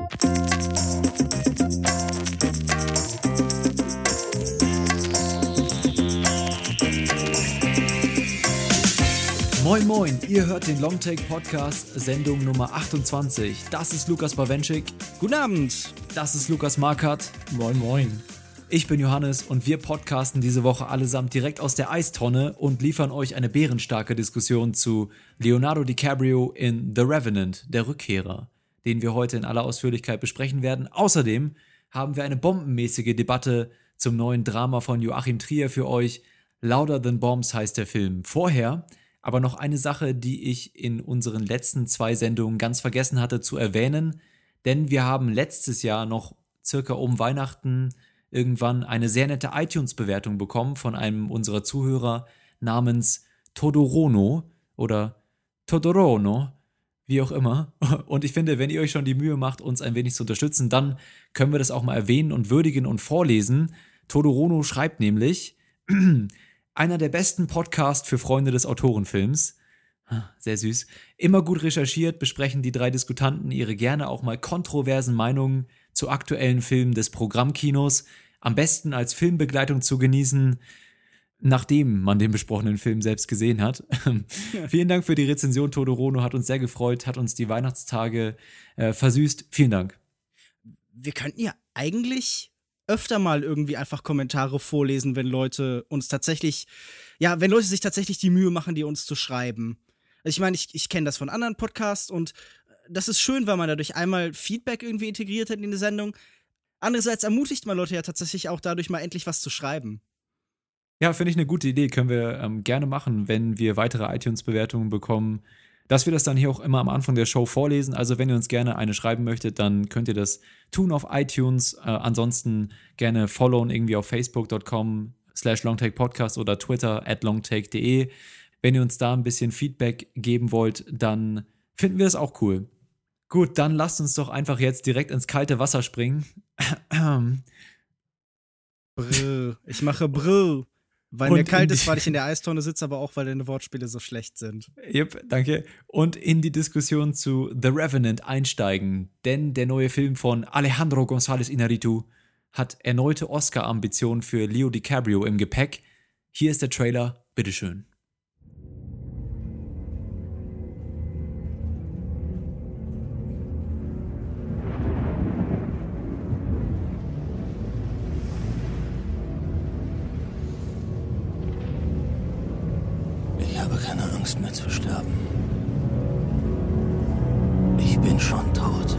Moin Moin, ihr hört den Longtake Podcast, Sendung Nummer 28. Das ist Lukas Bawenschik. Guten Abend. Das ist Lukas Markert. Moin Moin. Ich bin Johannes und wir podcasten diese Woche allesamt direkt aus der Eistonne und liefern euch eine bärenstarke Diskussion zu Leonardo DiCaprio in The Revenant, der Rückkehrer, den wir heute in aller Ausführlichkeit besprechen werden. Außerdem haben wir eine bombenmäßige Debatte zum neuen Drama von Joachim Trier für euch. Louder Than Bombs heißt der Film. Vorher aber noch eine Sache, die ich in unseren letzten 2 Sendungen ganz vergessen hatte zu erwähnen, denn wir haben letztes Jahr noch circa um Weihnachten irgendwann eine sehr nette iTunes-Bewertung bekommen von einem unserer Zuhörer namens Todorono oder Todorono, wie auch immer. Und ich finde, wenn ihr euch schon die Mühe macht, uns ein wenig zu unterstützen, dann können wir das auch mal erwähnen und würdigen und vorlesen. Todorono schreibt nämlich: Einer der besten Podcasts für Freunde des Autorenfilms. Sehr süß. Immer gut recherchiert, besprechen die 3 Diskutanten ihre gerne auch mal kontroversen Meinungen zu aktuellen Filmen des Programmkinos. Am besten als Filmbegleitung zu genießen, nachdem man den besprochenen Film selbst gesehen hat. Vielen Dank für die Rezension, Todorono. Hat uns sehr gefreut, hat uns die Weihnachtstage versüßt. Vielen Dank. Wir könnten ja eigentlich öfter mal irgendwie einfach Kommentare vorlesen, wenn Leute uns tatsächlich, wenn Leute sich tatsächlich die Mühe machen, die uns zu schreiben. Also ich meine, ich kenne das von anderen Podcasts und das ist schön, weil man dadurch einmal Feedback irgendwie integriert hat in die Sendung. Andererseits ermutigt man Leute ja tatsächlich auch dadurch mal endlich was zu schreiben. Ja, finde ich eine gute Idee. Können wir gerne machen, wenn wir weitere iTunes-Bewertungen bekommen, dass wir das dann hier auch immer am Anfang der Show vorlesen. Also wenn ihr uns gerne eine schreiben möchtet, dann könnt ihr das tun auf iTunes. Ansonsten gerne followen irgendwie auf facebook.com/longtakepodcast oder Twitter @longtake.de. Wenn ihr uns da ein bisschen Feedback geben wollt, dann finden wir es auch cool. Gut, dann lasst uns doch einfach jetzt direkt ins kalte Wasser springen. Brr, ich mache Brr. Weil mir kalt ist, weil ich in der Eistonne sitze, aber auch, weil deine Wortspiele so schlecht sind. Yep, danke. Und in die Diskussion zu The Revenant einsteigen. Denn der neue Film von Alejandro González Iñárritu hat erneute Oscar-Ambitionen für Leo DiCaprio im Gepäck. Hier ist der Trailer, bitteschön. Ich habe keine Angst mehr zu sterben. Ich bin schon tot.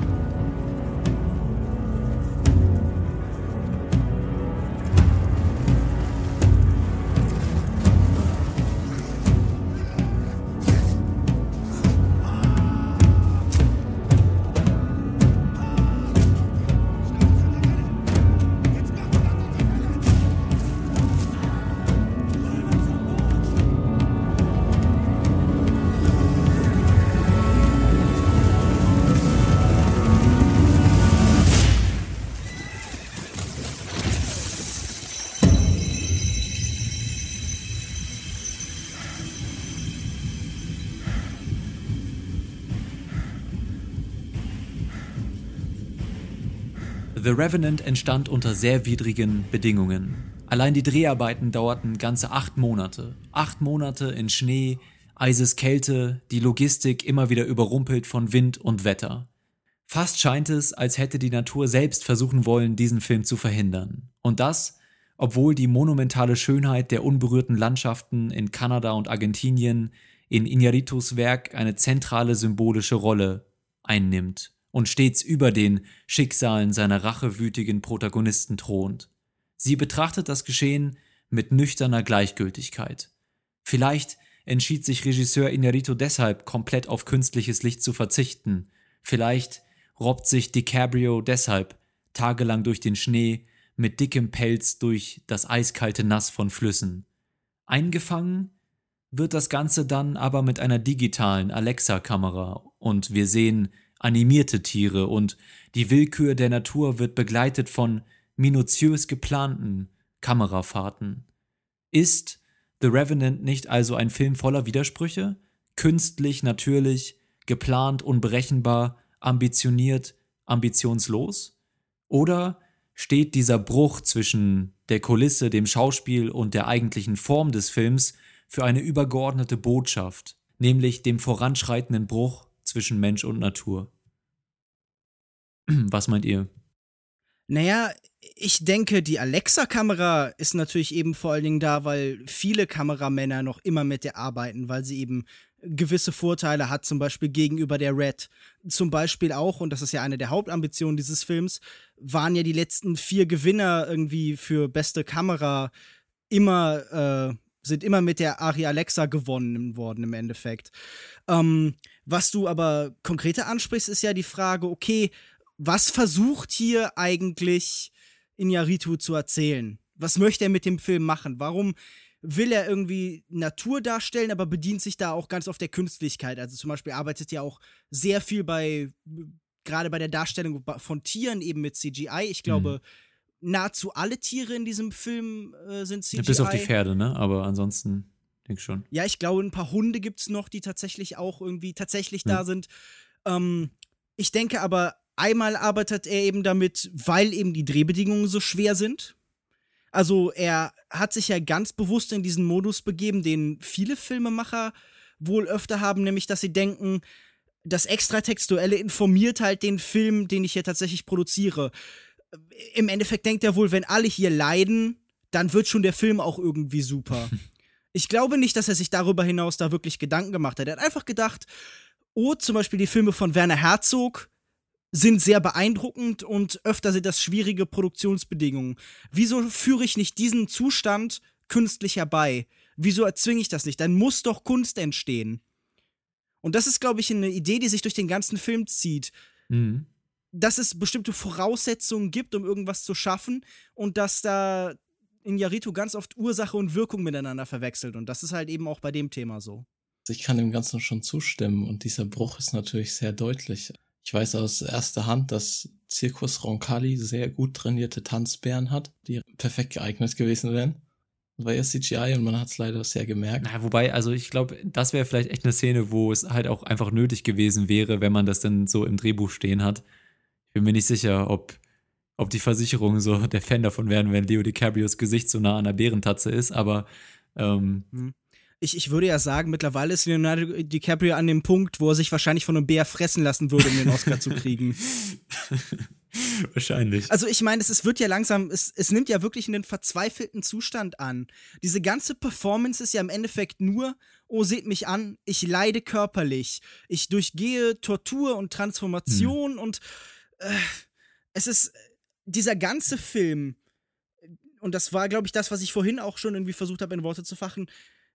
The Revenant entstand unter sehr widrigen Bedingungen. Allein die Dreharbeiten dauerten ganze 8 Monate. 8 Monate in Schnee, Eiseskälte, die Logistik immer wieder überrumpelt von Wind und Wetter. Fast scheint es, als hätte die Natur selbst versuchen wollen, diesen Film zu verhindern. Und das, obwohl die monumentale Schönheit der unberührten Landschaften in Kanada und Argentinien in Iñárritus Werk eine zentrale symbolische Rolle einnimmt und stets über den Schicksalen seiner rachewütigen Protagonisten thront. Sie betrachtet das Geschehen mit nüchterner Gleichgültigkeit. Vielleicht entschied sich Regisseur Iñárritu deshalb, komplett auf künstliches Licht zu verzichten. Vielleicht robbt sich DiCaprio deshalb tagelang durch den Schnee, mit dickem Pelz durch das eiskalte Nass von Flüssen. Eingefangen wird das Ganze dann aber mit einer digitalen Alexa-Kamera und wir sehen animierte Tiere und die Willkür der Natur wird begleitet von minutiös geplanten Kamerafahrten. Ist The Revenant nicht also ein Film voller Widersprüche? Künstlich, natürlich, geplant, unberechenbar, ambitioniert, ambitionslos? Oder steht dieser Bruch zwischen der Kulisse, dem Schauspiel und der eigentlichen Form des Films für eine übergeordnete Botschaft, nämlich dem voranschreitenden Bruch zwischen Mensch und Natur? Was meint ihr? Naja, ich denke, die Alexa-Kamera ist natürlich eben vor allen Dingen da, weil viele Kameramänner noch immer mit der arbeiten, weil sie eben gewisse Vorteile hat, zum Beispiel gegenüber der Red. Zum Beispiel auch, und das ist ja eine der Hauptambitionen dieses Films, waren ja die letzten 4 Gewinner irgendwie für beste Kamera sind immer mit der Arri Alexa gewonnen worden im Endeffekt. Was du aber konkreter ansprichst, ist ja die Frage, okay, was versucht hier eigentlich Iñárritu zu erzählen? Was möchte er mit dem Film machen? Warum will er irgendwie Natur darstellen, aber bedient sich da auch ganz auf der Künstlichkeit? Also zum Beispiel arbeitet ja auch sehr viel gerade bei der Darstellung von Tieren eben mit CGI. Ich glaube, nahezu alle Tiere in diesem Film sind CGI. Bis auf die Pferde, ne? Aber ansonsten denke ich schon. Ja, ich glaube, ein paar Hunde gibt's noch, die tatsächlich auch irgendwie da sind. Ich denke aber, einmal arbeitet er eben damit, weil eben die Drehbedingungen so schwer sind. Also er hat sich ja ganz bewusst in diesen Modus begeben, den viele Filmemacher wohl öfter haben, nämlich dass sie denken, das Extratextuelle informiert halt den Film, den ich hier tatsächlich produziere. Im Endeffekt denkt er wohl, wenn alle hier leiden, dann wird schon der Film auch irgendwie super. Ich glaube nicht, dass er sich darüber hinaus da wirklich Gedanken gemacht hat. Er hat einfach gedacht, zum Beispiel die Filme von Werner Herzog sind sehr beeindruckend und öfter sind das schwierige Produktionsbedingungen. Wieso führe ich nicht diesen Zustand künstlich herbei? Wieso erzwinge ich das nicht? Dann muss doch Kunst entstehen. Und das ist, glaube ich, eine Idee, die sich durch den ganzen Film zieht. Mhm. Dass es bestimmte Voraussetzungen gibt, um irgendwas zu schaffen und dass da Iñárritu ganz oft Ursache und Wirkung miteinander verwechselt. Und das ist halt eben auch bei dem Thema so. Ich kann dem Ganzen schon zustimmen und dieser Bruch ist natürlich sehr deutlich. Ich weiß aus erster Hand, dass Circus Roncalli sehr gut trainierte Tanzbären hat, die perfekt geeignet gewesen wären. Das war ja CGI und man hat es leider sehr gemerkt. Na, wobei, also ich glaube, das wäre vielleicht echt eine Szene, wo es halt auch einfach nötig gewesen wäre, wenn man das dann so im Drehbuch stehen hat. Ich bin mir nicht sicher, ob die Versicherung so der Fan davon wären, wenn Leo DiCaprios Gesicht so nah an der Bärentatze ist, aber Ich würde ja sagen, mittlerweile ist Leonardo DiCaprio an dem Punkt, wo er sich wahrscheinlich von einem Bär fressen lassen würde, um den Oscar zu kriegen. Wahrscheinlich. Also ich meine, es wird ja langsam, es nimmt ja wirklich einen verzweifelten Zustand an. Diese ganze Performance ist ja im Endeffekt nur, oh, seht mich an, ich leide körperlich. Ich durchgehe Tortur und Transformation und es ist dieser ganze Film, und das war, glaube ich, das, was ich vorhin auch schon irgendwie versucht habe, in Worte zu fassen,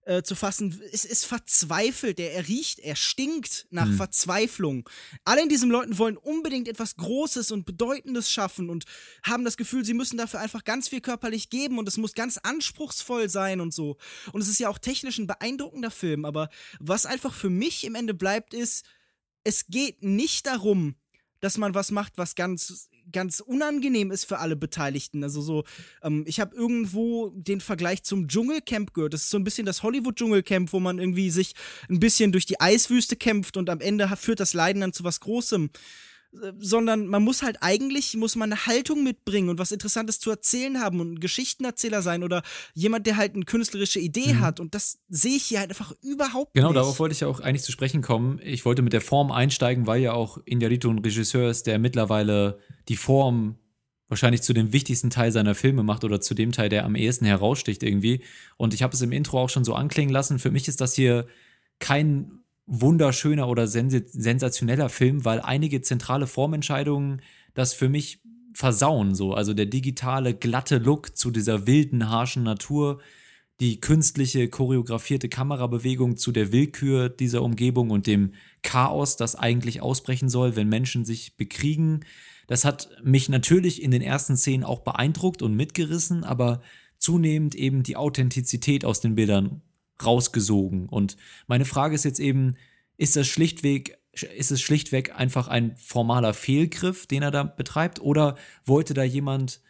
es ist verzweifelt, er riecht, er stinkt nach Verzweiflung. Alle in diesen Leuten wollen unbedingt etwas Großes und Bedeutendes schaffen und haben das Gefühl, sie müssen dafür einfach ganz viel körperlich geben und es muss ganz anspruchsvoll sein und so. Und es ist ja auch technisch ein beeindruckender Film, aber was einfach für mich im Ende bleibt, ist, es geht nicht darum, dass man was macht, was ganz, ganz unangenehm ist für alle Beteiligten. Also so, ich habe irgendwo den Vergleich zum Dschungelcamp gehört. Das ist so ein bisschen das Hollywood-Dschungelcamp, wo man irgendwie sich ein bisschen durch die Eiswüste kämpft und am Ende führt das Leiden dann zu was Großem. Sondern man muss halt eigentlich, eine Haltung mitbringen und was Interessantes zu erzählen haben und ein Geschichtenerzähler sein oder jemand, der halt eine künstlerische Idee hat. Und das sehe ich hier halt einfach überhaupt nicht. Genau, darauf wollte ich ja auch eigentlich zu sprechen kommen. Ich wollte mit der Form einsteigen, weil ja auch Iñárritu ein Regisseur ist, der mittlerweile die Form wahrscheinlich zu dem wichtigsten Teil seiner Filme macht oder zu dem Teil, der am ehesten heraussticht irgendwie. Und ich habe es im Intro auch schon so anklingen lassen. Für mich ist das hier kein wunderschöner oder sensationeller Film, weil einige zentrale Formentscheidungen das für mich versauen so. Also der digitale, glatte Look zu dieser wilden, harschen Natur, die künstliche, choreografierte Kamerabewegung zu der Willkür dieser Umgebung und dem Chaos, das eigentlich ausbrechen soll, wenn Menschen sich bekriegen. Das hat mich natürlich in den ersten Szenen auch beeindruckt und mitgerissen, aber zunehmend eben die Authentizität aus den Bildern rausgesogen. Und meine Frage ist jetzt eben, ist es schlichtweg einfach ein formaler Fehlgriff, den er da betreibt, oder wollte da jemand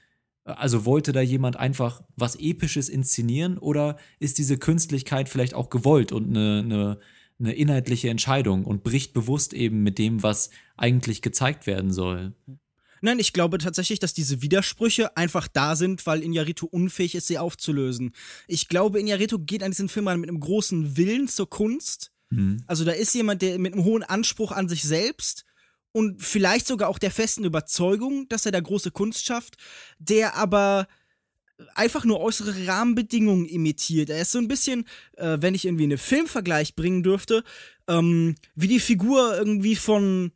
einfach was Episches inszenieren, oder ist diese Künstlichkeit vielleicht auch gewollt und eine eine inhaltliche Entscheidung und bricht bewusst eben mit dem, was eigentlich gezeigt werden soll. Nein, ich glaube tatsächlich, dass diese Widersprüche einfach da sind, weil Iñárritu unfähig ist, sie aufzulösen. Ich glaube, Iñárritu geht an diesen Film ran mit einem großen Willen zur Kunst. Also da ist jemand, der mit einem hohen Anspruch an sich selbst und vielleicht sogar auch der festen Überzeugung, dass er da große Kunst schafft, der aber einfach nur äußere Rahmenbedingungen imitiert. Er ist so ein bisschen, wenn ich irgendwie einen Filmvergleich bringen dürfte, wie die Figur irgendwie von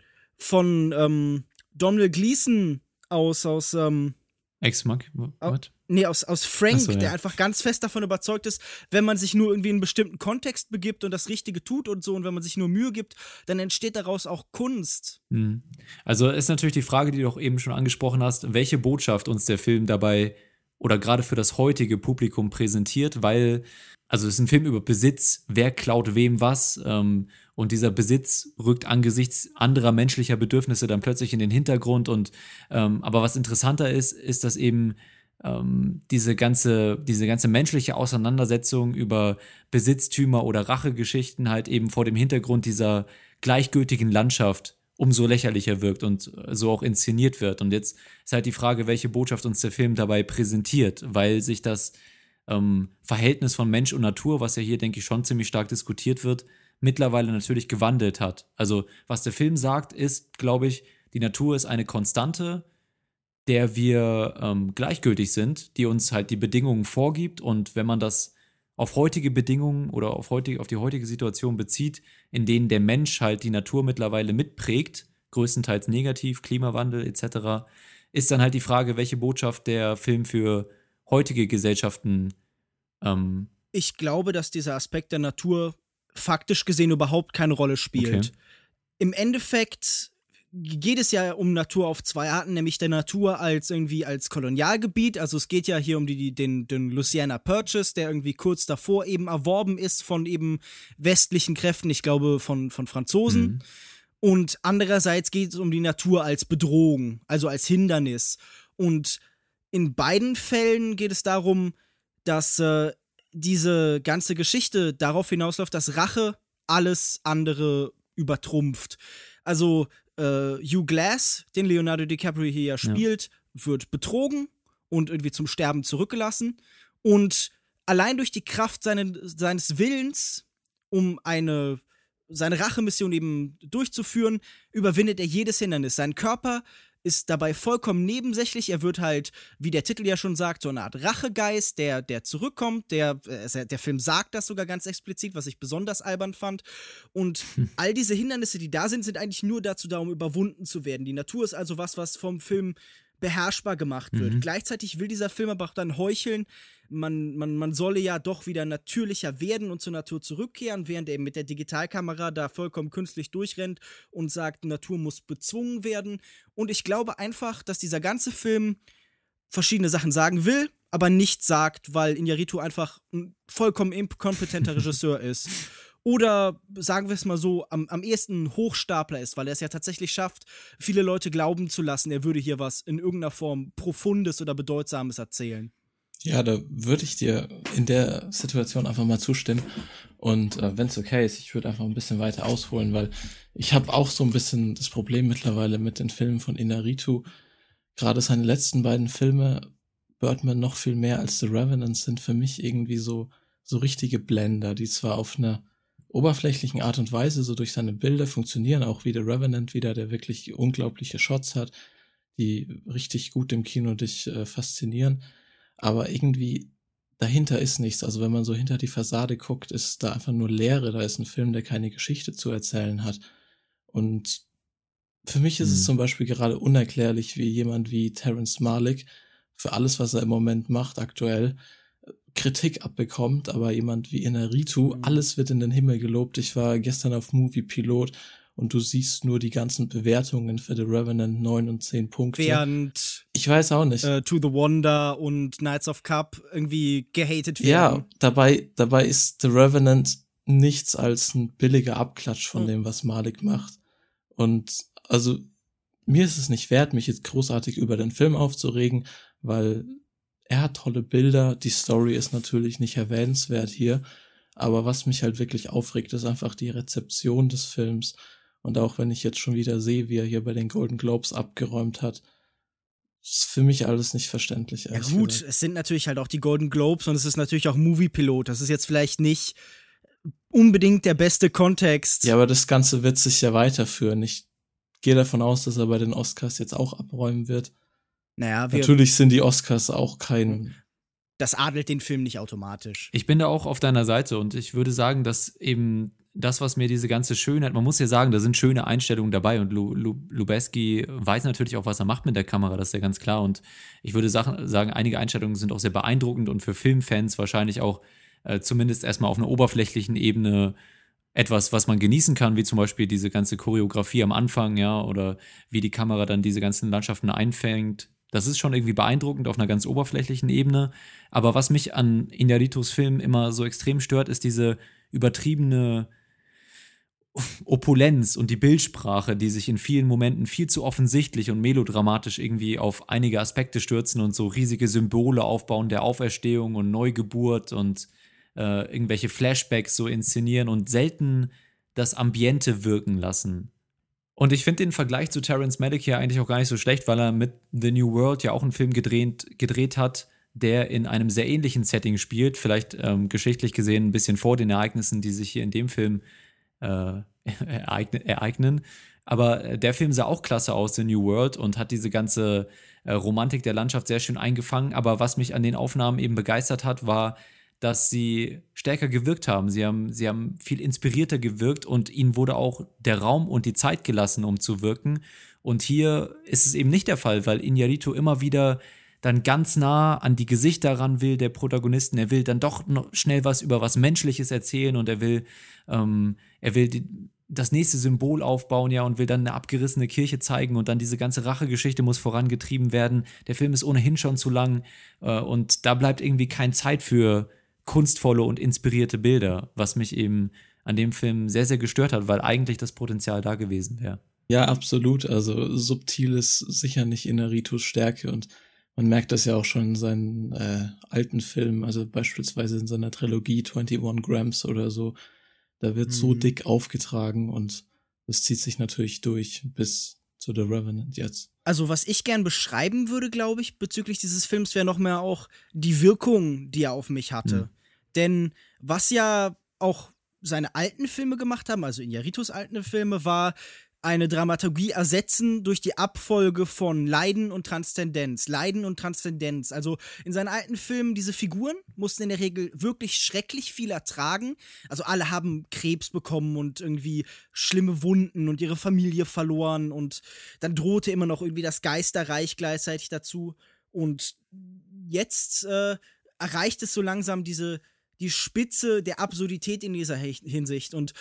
Domhnall Gleeson aus Ex-Mac? aus Frank, Ach so, ja. der einfach ganz fest davon überzeugt ist, wenn man sich nur irgendwie in einen bestimmten Kontext begibt und das Richtige tut und so und wenn man sich nur Mühe gibt, dann entsteht daraus auch Kunst. Also ist natürlich die Frage, die du auch eben schon angesprochen hast, welche Botschaft uns der Film dabei oder gerade für das heutige Publikum präsentiert, weil, also es ist ein Film über Besitz, wer klaut wem was, und dieser Besitz rückt angesichts anderer menschlicher Bedürfnisse dann plötzlich in den Hintergrund und aber was interessanter ist, dass eben diese ganze menschliche Auseinandersetzung über Besitztümer oder Rachegeschichten halt eben vor dem Hintergrund dieser gleichgültigen Landschaft umso lächerlicher wirkt und so auch inszeniert wird. Und jetzt ist halt die Frage, welche Botschaft uns der Film dabei präsentiert, weil sich das Verhältnis von Mensch und Natur, was ja hier, denke ich, schon ziemlich stark diskutiert wird, mittlerweile natürlich gewandelt hat. Also was der Film sagt, ist, glaube ich, die Natur ist eine Konstante, der wir gleichgültig sind, die uns halt die Bedingungen vorgibt und wenn man das auf heutige Bedingungen oder auf die heutige Situation bezieht, in denen der Mensch halt die Natur mittlerweile mitprägt, größtenteils negativ, Klimawandel etc., ist dann halt die Frage, welche Botschaft der Film für heutige Gesellschaften Ich glaube, dass dieser Aspekt der Natur faktisch gesehen überhaupt keine Rolle spielt. Okay. Im Endeffekt geht es ja um Natur auf zwei Arten, nämlich der Natur als Kolonialgebiet. Also es geht ja hier um den Louisiana Purchase, der irgendwie kurz davor eben erworben ist von eben westlichen Kräften, ich glaube von Franzosen. Und andererseits geht es um die Natur als Bedrohung, also als Hindernis. Und in beiden Fällen geht es darum, dass diese ganze Geschichte darauf hinausläuft, dass Rache alles andere übertrumpft. Also Hugh Glass, den Leonardo DiCaprio hier ja spielt, wird betrogen und irgendwie zum Sterben zurückgelassen. Und allein durch die Kraft seines Willens, um seine Rachemission eben durchzuführen, überwindet er jedes Hindernis. Sein Körper ist dabei vollkommen nebensächlich. Er wird halt, wie der Titel ja schon sagt, so eine Art Rachegeist, der zurückkommt. Der Film sagt das sogar ganz explizit, was ich besonders albern fand. Und all diese Hindernisse, die da sind eigentlich nur dazu da, um überwunden zu werden. Die Natur ist also was vom Film beherrschbar gemacht wird. Gleichzeitig will dieser Film aber auch dann heucheln, man solle ja doch wieder natürlicher werden und zur Natur zurückkehren, während er mit der Digitalkamera da vollkommen künstlich durchrennt und sagt, Natur muss bezwungen werden. Und ich glaube einfach, dass dieser ganze Film verschiedene Sachen sagen will, aber nichts sagt, weil Iñárritu einfach ein vollkommen inkompetenter Regisseur ist. Oder, sagen wir es mal so, am ehesten ein Hochstapler ist, weil er es ja tatsächlich schafft, viele Leute glauben zu lassen, er würde hier was in irgendeiner Form Profundes oder Bedeutsames erzählen. Ja, da würde ich dir in der Situation einfach mal zustimmen. Und wenn es okay ist, ich würde einfach ein bisschen weiter ausholen, weil ich habe auch so ein bisschen das Problem mittlerweile mit den Filmen von Iñárritu. Gerade seine letzten beiden Filme, Birdman noch viel mehr als The Revenant, sind für mich irgendwie so richtige Blender, die zwar auf einer oberflächlichen Art und Weise so durch seine Bilder funktionieren, auch wie The Revenant wieder, der wirklich unglaubliche Shots hat, die richtig gut im Kino dich faszinieren. Aber irgendwie dahinter ist nichts. Also wenn man so hinter die Fassade guckt, ist da einfach nur Leere. Da ist ein Film, der keine Geschichte zu erzählen hat. Und für mich ist es zum Beispiel gerade unerklärlich, wie jemand wie Terrence Malick für alles, was er im Moment macht, aktuell Kritik abbekommt, aber jemand wie Iñárritu, alles wird in den Himmel gelobt. Ich war gestern auf Movie Pilot und du siehst nur die ganzen Bewertungen für The Revenant, 9 und 10 Punkte. Während ich weiß auch nicht. To the Wonder und Knights of Cup irgendwie gehatet werden. Ja, dabei ist The Revenant nichts als ein billiger Abklatsch von dem, was Malick macht. Und also mir ist es nicht wert, mich jetzt großartig über den Film aufzuregen, weil er hat tolle Bilder, die Story ist natürlich nicht erwähnenswert hier, Aber was mich halt wirklich aufregt, ist einfach die Rezeption des Films. Und auch wenn ich jetzt schon wieder sehe, wie er hier bei den Golden Globes abgeräumt hat, ist für mich alles nicht verständlich. Ja gut, es sind natürlich halt auch die Golden Globes und es ist natürlich auch Moviepilot. Das ist jetzt vielleicht nicht unbedingt der beste Kontext. Ja, aber das Ganze wird sich ja weiterführen. Ich gehe davon aus, dass er bei den Oscars jetzt auch abräumen wird. Naja, natürlich sind die Oscars auch kein... Das adelt den Film nicht automatisch. Ich bin da auch auf deiner Seite und ich würde sagen, dass eben das, was mir diese ganze Schönheit, man muss ja sagen, da sind schöne Einstellungen dabei und Lubezki weiß natürlich auch, was er macht mit der Kamera, das ist ja ganz klar. Und ich würde sagen, einige Einstellungen sind auch sehr beeindruckend und für Filmfans wahrscheinlich auch zumindest erstmal auf einer oberflächlichen Ebene etwas, was man genießen kann, wie zum Beispiel diese ganze Choreografie am Anfang, ja, oder wie die Kamera dann diese ganzen Landschaften einfängt. Das ist schon irgendwie beeindruckend auf einer ganz oberflächlichen Ebene. Aber was mich an Iñárritus Film immer so extrem stört, ist diese übertriebene Opulenz und die Bildsprache, die sich in vielen Momenten viel zu offensichtlich und melodramatisch irgendwie auf einige Aspekte stürzen und so riesige Symbole aufbauen der Auferstehung und Neugeburt und irgendwelche Flashbacks so inszenieren und selten das Ambiente wirken lassen. Und ich finde den Vergleich zu Terrence Malick hier eigentlich auch gar nicht so schlecht, weil er mit The New World ja auch einen Film gedreht hat, der in einem sehr ähnlichen Setting spielt, vielleicht geschichtlich gesehen ein bisschen vor den Ereignissen, die sich hier in dem Film ereignen. Aber der Film sah auch klasse aus, The New World, und hat diese ganze Romantik der Landschaft sehr schön eingefangen. Aber was mich an den Aufnahmen eben begeistert hat, war, dass sie stärker gewirkt haben. Sie haben viel inspirierter gewirkt und ihnen wurde auch der Raum und die Zeit gelassen, um zu wirken. Und hier ist es eben nicht der Fall, weil Iñárritu immer wieder dann ganz nah an die Gesichter ran will, der Protagonisten. Er will dann doch noch schnell was über was Menschliches erzählen und er will das nächste Symbol aufbauen, ja, und will dann eine abgerissene Kirche zeigen und dann diese ganze Rachegeschichte muss vorangetrieben werden. Der Film ist ohnehin schon zu lang und da bleibt irgendwie keine Zeit für kunstvolle und inspirierte Bilder, was mich eben an dem Film sehr, sehr gestört hat, weil eigentlich das Potenzial da gewesen wäre. Ja, absolut. Also subtil ist sicher nicht Iñárritus Stärke und man merkt das ja auch schon in seinen alten Filmen, also beispielsweise in seiner Trilogie 21 Grams oder so. Da wird so dick aufgetragen und das zieht sich natürlich durch bis zu The Revenant jetzt. Also was ich gern beschreiben würde, glaube ich, bezüglich dieses Films, wäre noch mehr auch die Wirkung, die er auf mich hatte. Denn was ja auch seine alten Filme gemacht haben, also Iñárritus alten Filme, war eine Dramaturgie ersetzen durch die Abfolge von Leiden und Transzendenz. Leiden und Transzendenz. Also in seinen alten Filmen, diese Figuren mussten in der Regel wirklich schrecklich viel ertragen. Also alle haben Krebs bekommen und irgendwie schlimme Wunden und ihre Familie verloren und dann drohte immer noch irgendwie das Geisterreich gleichzeitig dazu. Und jetzt erreicht es so langsam die Spitze der Absurdität in dieser Hinsicht. Und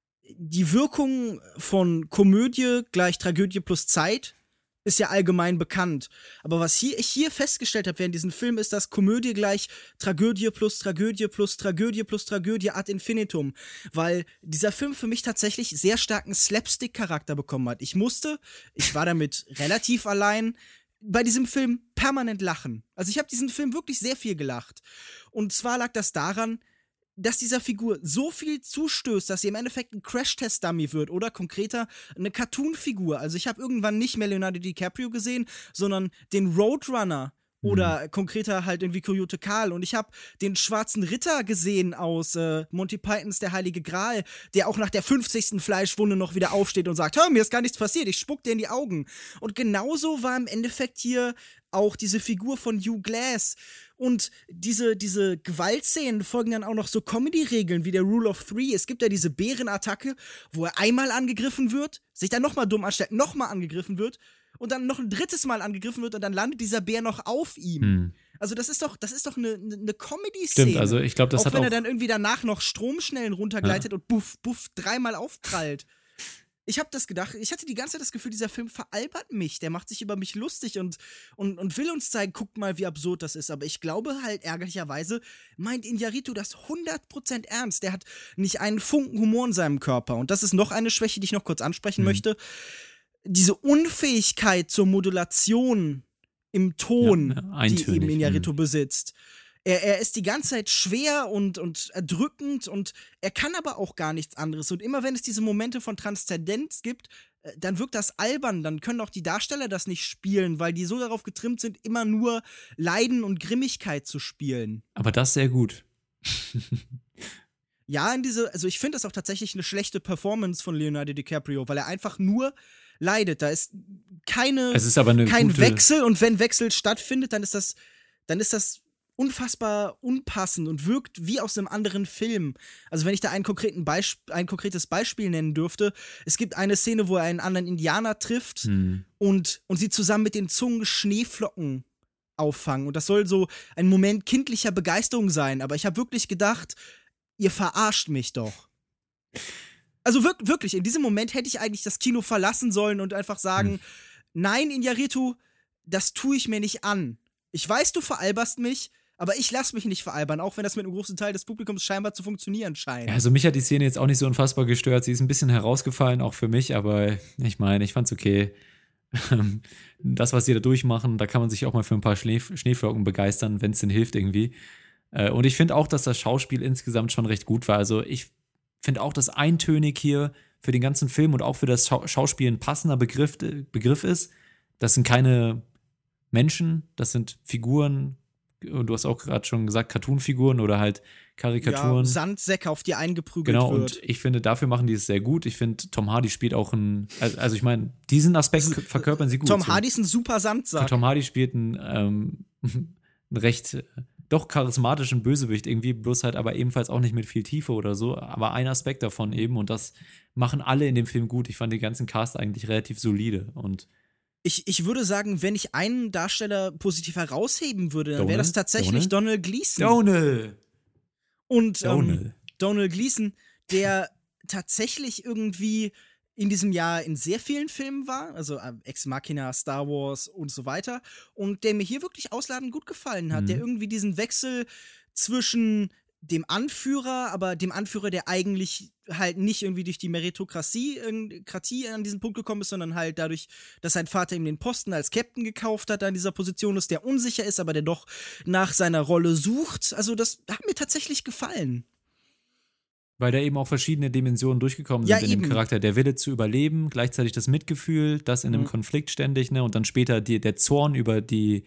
die Wirkung von Komödie gleich Tragödie plus Zeit ist ja allgemein bekannt. Aber was ich hier festgestellt habe während diesem Film, ist, dass Komödie gleich Tragödie plus Tragödie plus Tragödie plus Tragödie ad infinitum. Weil dieser Film für mich tatsächlich sehr starken Slapstick-Charakter bekommen hat. Ich war damit relativ allein, bei diesem Film permanent lachen. Also ich habe diesen Film wirklich sehr viel gelacht. Und zwar lag das daran, dass dieser Figur so viel zustößt, dass sie im Endeffekt ein Crash-Test-Dummy wird oder konkreter eine Cartoon-Figur. Also ich habe irgendwann nicht mehr Leonardo DiCaprio gesehen, sondern den Roadrunner oder konkreter halt irgendwie Coyote Karl. Und ich habe den schwarzen Ritter gesehen aus Monty Pythons Der Heilige Gral, der auch nach der 50. Fleischwunde noch wieder aufsteht und sagt, hör, mir ist gar nichts passiert, ich spuck dir in die Augen. Und genauso war im Endeffekt hier auch diese Figur von Hugh Glass. Und diese Gewaltszenen folgen dann auch noch so Comedy-Regeln wie der Rule of Three. Es gibt ja diese Bärenattacke, wo er einmal angegriffen wird, sich dann nochmal dumm anstellt, nochmal angegriffen wird und dann noch ein drittes Mal angegriffen wird und dann landet dieser Bär noch auf ihm. Also das ist doch eine Comedy-Szene. Stimmt, also ich glaube, das auch hat wenn auch er dann irgendwie danach noch Stromschnellen runtergleitet und buff, buff, dreimal aufprallt. Ich habe das gedacht, ich hatte die ganze Zeit das Gefühl, dieser Film veralbert mich, der macht sich über mich lustig und will uns zeigen, guckt mal, wie absurd das ist. Aber ich glaube halt, ärgerlicherweise meint Iñárritu das 100% ernst. Der hat nicht einen Funken Humor in seinem Körper. Und das ist noch eine Schwäche, die ich noch kurz ansprechen möchte. Diese Unfähigkeit zur Modulation im Ton, die eben Iñárritu besitzt. Er ist die ganze Zeit schwer und erdrückend und er kann aber auch gar nichts anderes. Und immer wenn es diese Momente von Transzendenz gibt, dann wirkt das albern. Dann können auch die Darsteller das nicht spielen, weil die so darauf getrimmt sind, immer nur Leiden und Grimmigkeit zu spielen. Aber das sehr gut. Ja, also ich finde das auch tatsächlich eine schlechte Performance von Leonardo DiCaprio, weil er einfach nur leidet. Da ist kein Wechsel und wenn Wechsel stattfindet, dann ist das unfassbar unpassend und wirkt wie aus einem anderen Film. Also wenn ich da ein konkretes Beispiel nennen dürfte, es gibt eine Szene, wo er einen anderen Indianer trifft und sie zusammen mit den Zungen Schneeflocken auffangen. Und das soll so ein Moment kindlicher Begeisterung sein. Aber ich habe wirklich gedacht, ihr verarscht mich doch. Also wirklich, in diesem Moment hätte ich eigentlich das Kino verlassen sollen und einfach sagen, nein, Iñárritu, das tue ich mir nicht an. Ich weiß, du veralberst mich, aber ich lasse mich nicht veralbern, auch wenn das mit einem großen Teil des Publikums scheinbar zu funktionieren scheint. Ja, also mich hat die Szene jetzt auch nicht so unfassbar gestört. Sie ist ein bisschen herausgefallen, auch für mich, aber ich meine, ich fand's okay. Das, was sie da durchmachen, da kann man sich auch mal für ein paar Schneeflocken begeistern, wenn es denn hilft irgendwie. Und ich finde auch, dass das Schauspiel insgesamt schon recht gut war. Also ich finde auch, dass eintönig hier für den ganzen Film und auch für das Schauspiel ein passender Begriff ist. Das sind keine Menschen, das sind Figuren, und du hast auch gerade schon gesagt, Cartoon-Figuren oder halt Karikaturen. Ja, Sandsäcke, auf die eingeprügelt wird. Genau, und ich finde, dafür machen die es sehr gut. Ich finde, Tom Hardy spielt auch also ich meine, diesen Aspekt verkörpern sie gut. Tom Hardy ist ein super Sandsack. Tom Hardy spielt einen recht doch charismatischen Bösewicht irgendwie, bloß halt aber ebenfalls auch nicht mit viel Tiefe oder so, aber ein Aspekt davon eben und das machen alle in dem Film gut. Ich fand den ganzen Cast eigentlich relativ solide und Ich würde sagen, wenn ich einen Darsteller positiv herausheben würde, dann wäre das tatsächlich Donald Gleason. Donald Gleason, der tatsächlich irgendwie in diesem Jahr in sehr vielen Filmen war, also Ex Machina, Star Wars und so weiter, und der mir hier wirklich ausladend gut gefallen hat, der irgendwie diesen Wechsel zwischen dem Anführer, aber dem Anführer, der eigentlich halt nicht irgendwie durch die Meritokratie an diesen Punkt gekommen ist, sondern halt dadurch, dass sein Vater ihm den Posten als Captain gekauft hat, an dieser Position ist, der unsicher ist, aber der doch nach seiner Rolle sucht. Also das hat mir tatsächlich gefallen. Weil da eben auch verschiedene Dimensionen durchgekommen sind in dem Charakter. Der Wille zu überleben, gleichzeitig das Mitgefühl, das in einem Konflikt ständig, ne, und dann später der Zorn über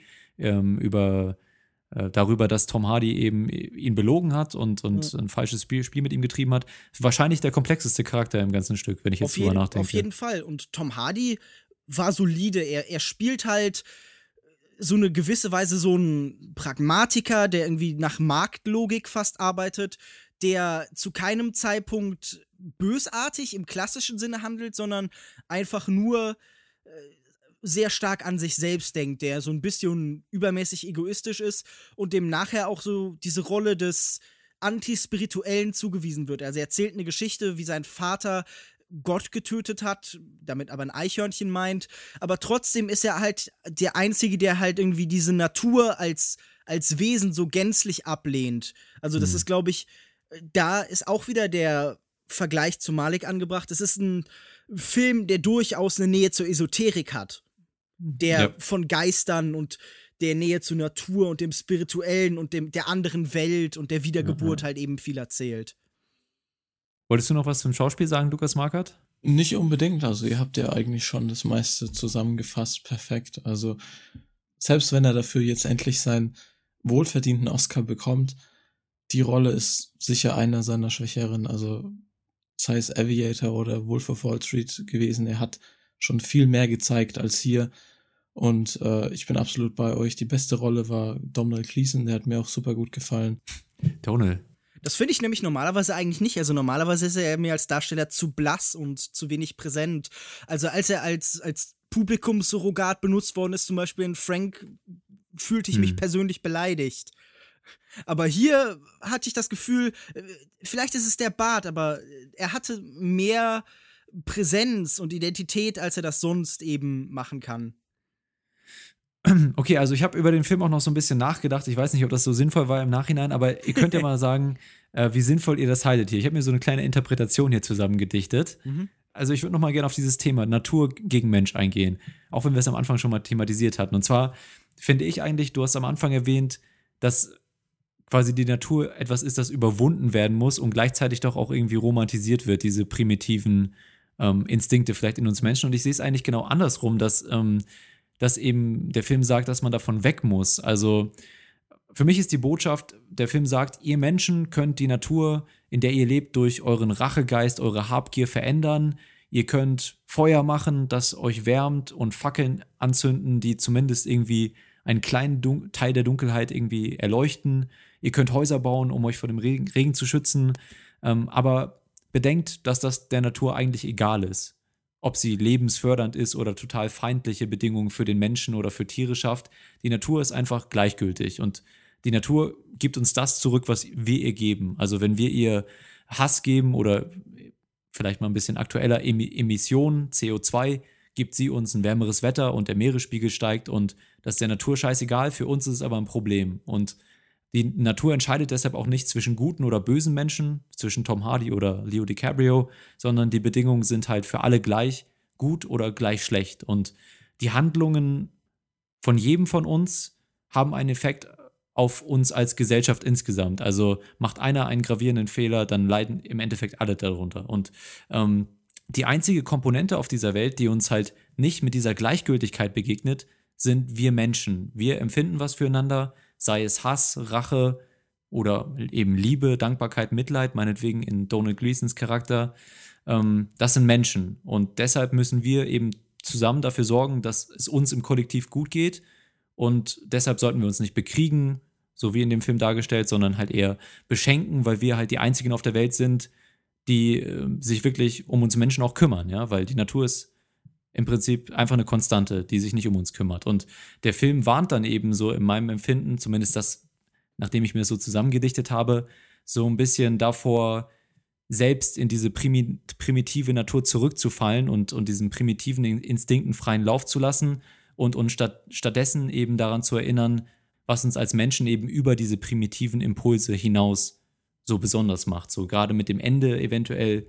darüber, dass Tom Hardy eben ihn belogen hat und ein falsches Spiel mit ihm getrieben hat. Wahrscheinlich der komplexeste Charakter im ganzen Stück, wenn ich jetzt drüber nachdenke. Auf jeden Fall. Und Tom Hardy war solide. Er spielt halt so eine gewisse Weise so ein Pragmatiker, der irgendwie nach Marktlogik fast arbeitet, der zu keinem Zeitpunkt bösartig im klassischen Sinne handelt, sondern einfach nur sehr stark an sich selbst denkt, der so ein bisschen übermäßig egoistisch ist und dem nachher auch so diese Rolle des Antispirituellen zugewiesen wird. Also er erzählt eine Geschichte, wie sein Vater Gott getötet hat, damit aber ein Eichhörnchen meint, aber trotzdem ist er halt der Einzige, der halt irgendwie diese Natur als Wesen so gänzlich ablehnt. Also das ist, glaube ich, da ist auch wieder der Vergleich zu Malik angebracht. Es ist ein Film, der durchaus eine Nähe zur Esoterik hat, der von Geistern und der Nähe zur Natur und dem Spirituellen und der anderen Welt und der Wiedergeburt halt eben viel erzählt. Wolltest du noch was zum Schauspiel sagen, Lukas Markert? Nicht unbedingt, also ihr habt ja eigentlich schon das meiste zusammengefasst, perfekt. Also selbst wenn er dafür jetzt endlich seinen wohlverdienten Oscar bekommt, die Rolle ist sicher einer seiner schwächeren, also sei es Aviator oder Wolf of Wall Street gewesen, er hat schon viel mehr gezeigt als hier und ich bin absolut bei euch. Die beste Rolle war Donald Gleason, der hat mir auch super gut gefallen. Donald. Das finde ich nämlich normalerweise eigentlich nicht. Also normalerweise ist er mir als Darsteller zu blass und zu wenig präsent. Also als er als Publikumssurrogat benutzt worden ist, zum Beispiel in Frank, fühlte ich mich persönlich beleidigt. Aber hier hatte ich das Gefühl, vielleicht ist es der Bart, aber er hatte mehr Präsenz und Identität, als er das sonst eben machen kann. Okay, also ich habe über den Film auch noch so ein bisschen nachgedacht. Ich weiß nicht, ob das so sinnvoll war im Nachhinein, aber ihr könnt ja mal sagen, wie sinnvoll ihr das haltet hier. Ich habe mir so eine kleine Interpretation hier zusammengedichtet. Also ich würde noch mal gerne auf dieses Thema Natur gegen Mensch eingehen, auch wenn wir es am Anfang schon mal thematisiert hatten. Und zwar finde ich eigentlich, du hast am Anfang erwähnt, dass quasi die Natur etwas ist, das überwunden werden muss und gleichzeitig doch auch irgendwie romantisiert wird, diese primitiven Instinkte vielleicht in uns Menschen. Und ich sehe es eigentlich genau andersrum, dass eben der Film sagt, dass man davon weg muss. Also für mich ist die Botschaft, der Film sagt, ihr Menschen könnt die Natur, in der ihr lebt, durch euren Rachegeist, eure Habgier verändern. Ihr könnt Feuer machen, das euch wärmt und Fackeln anzünden, die zumindest irgendwie einen kleinen Teil der Dunkelheit irgendwie erleuchten. Ihr könnt Häuser bauen, um euch vor dem Regen zu schützen. Aber bedenkt, dass das der Natur eigentlich egal ist. Ob sie lebensfördernd ist oder total feindliche Bedingungen für den Menschen oder für Tiere schafft. Die Natur ist einfach gleichgültig und die Natur gibt uns das zurück, was wir ihr geben. Also wenn wir ihr Hass geben oder vielleicht mal ein bisschen aktueller Emissionen, CO2, gibt sie uns ein wärmeres Wetter und der Meeresspiegel steigt und das ist der Natur scheißegal, für uns ist es aber ein Problem. Und die Natur entscheidet deshalb auch nicht zwischen guten oder bösen Menschen, zwischen Tom Hardy oder Leo DiCaprio, sondern die Bedingungen sind halt für alle gleich gut oder gleich schlecht. Und die Handlungen von jedem von uns haben einen Effekt auf uns als Gesellschaft insgesamt. Also macht einer einen gravierenden Fehler, dann leiden im Endeffekt alle darunter. Und die einzige Komponente auf dieser Welt, die uns halt nicht mit dieser Gleichgültigkeit begegnet, sind wir Menschen. Wir empfinden was füreinander, sei es Hass, Rache oder eben Liebe, Dankbarkeit, Mitleid, meinetwegen in Donald Gleasons Charakter. Das sind Menschen und deshalb müssen wir eben zusammen dafür sorgen, dass es uns im Kollektiv gut geht und deshalb sollten wir uns nicht bekriegen, so wie in dem Film dargestellt, sondern halt eher beschenken, weil wir halt die Einzigen auf der Welt sind, die sich wirklich um uns Menschen auch kümmern, ja, weil die Natur ist im Prinzip einfach eine Konstante, die sich nicht um uns kümmert. Und der Film warnt dann eben so in meinem Empfinden, zumindest das, nachdem ich mir das so zusammengedichtet habe, so ein bisschen davor, selbst in diese primitive Natur zurückzufallen und diesen primitiven Instinkten freien Lauf zu lassen und uns stattdessen eben daran zu erinnern, was uns als Menschen eben über diese primitiven Impulse hinaus so besonders macht. So gerade mit dem Ende eventuell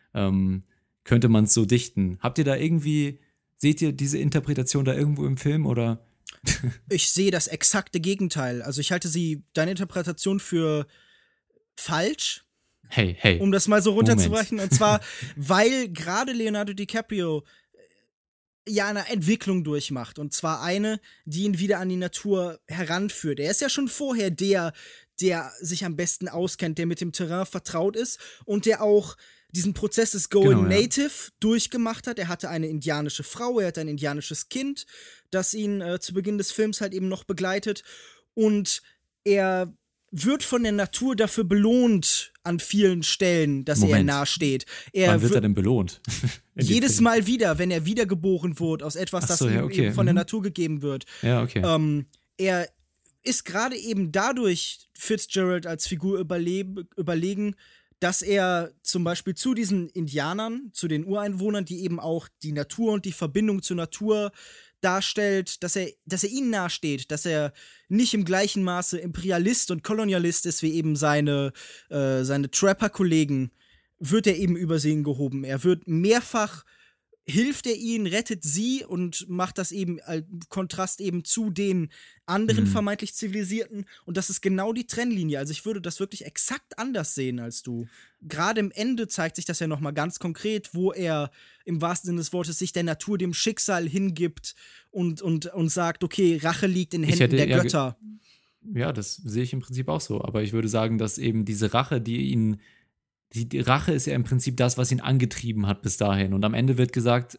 könnte man es so dichten. Seht ihr diese Interpretation da irgendwo im Film oder? Ich sehe das exakte Gegenteil. Also ich halte deine Interpretation für falsch. Hey. Um das mal so runterzubrechen. Und zwar, weil gerade Leonardo DiCaprio ja eine Entwicklung durchmacht. Und zwar eine, die ihn wieder an die Natur heranführt. Er ist ja schon vorher der sich am besten auskennt, der mit dem Terrain vertraut ist und der auch diesen Prozess des Going Native durchgemacht hat. Er hatte eine indianische Frau, er hatte ein indianisches Kind, das ihn zu Beginn des Films halt eben noch begleitet. Und er wird von der Natur dafür belohnt an vielen Stellen, dass er nahesteht. Wann wird er denn belohnt? Jedes Mal wieder, wenn er wiedergeboren wird aus etwas, das ihm eben von der Natur gegeben wird. Ja, okay. Er ist gerade eben dadurch Fitzgerald als Figur überlegen, dass er zum Beispiel zu diesen Indianern, zu den Ureinwohnern, die eben auch die Natur und die Verbindung zur Natur darstellt, dass er ihnen nahesteht, dass er nicht im gleichen Maße Imperialist und Kolonialist ist wie eben seine Trapper-Kollegen, wird er eben über sie gehoben. Er wird mehrfach, hilft er ihnen, rettet sie und macht das eben als Kontrast eben zu den anderen vermeintlich Zivilisierten. Und das ist genau die Trennlinie. Also ich würde das wirklich exakt anders sehen als du. Gerade im Ende zeigt sich das ja noch mal ganz konkret, wo er im wahrsten Sinne des Wortes sich der Natur, dem Schicksal hingibt und sagt, okay, Rache liegt in Händen der Götter. Ja, das sehe ich im Prinzip auch so. Aber ich würde sagen, dass eben diese Rache, die Rache ist ja im Prinzip das, was ihn angetrieben hat bis dahin. Und am Ende wird gesagt,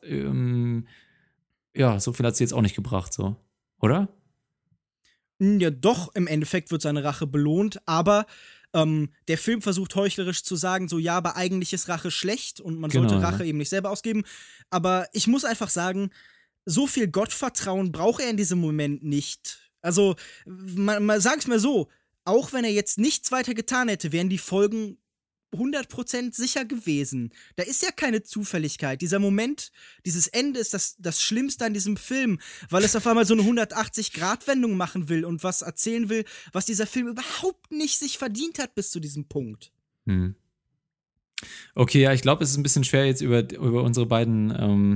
so viel hat sie jetzt auch nicht gebracht, so. Oder? Ja, doch, im Endeffekt wird seine Rache belohnt, aber der Film versucht heuchlerisch zu sagen, so, ja, aber eigentlich ist Rache schlecht und man sollte Rache eben nicht selber ausgeben. Aber ich muss einfach sagen, so viel Gottvertrauen braucht er in diesem Moment nicht. Also, sag's mir so, auch wenn er jetzt nichts weiter getan hätte, wären die Folgen 100% sicher gewesen. Da ist ja keine Zufälligkeit. Dieser Moment, dieses Ende ist das Schlimmste an diesem Film, weil es auf einmal so eine 180-Grad-Wendung machen will und was erzählen will, was dieser Film überhaupt nicht sich verdient hat bis zu diesem Punkt. Okay, ja, ich glaube, es ist ein bisschen schwer jetzt über unsere beiden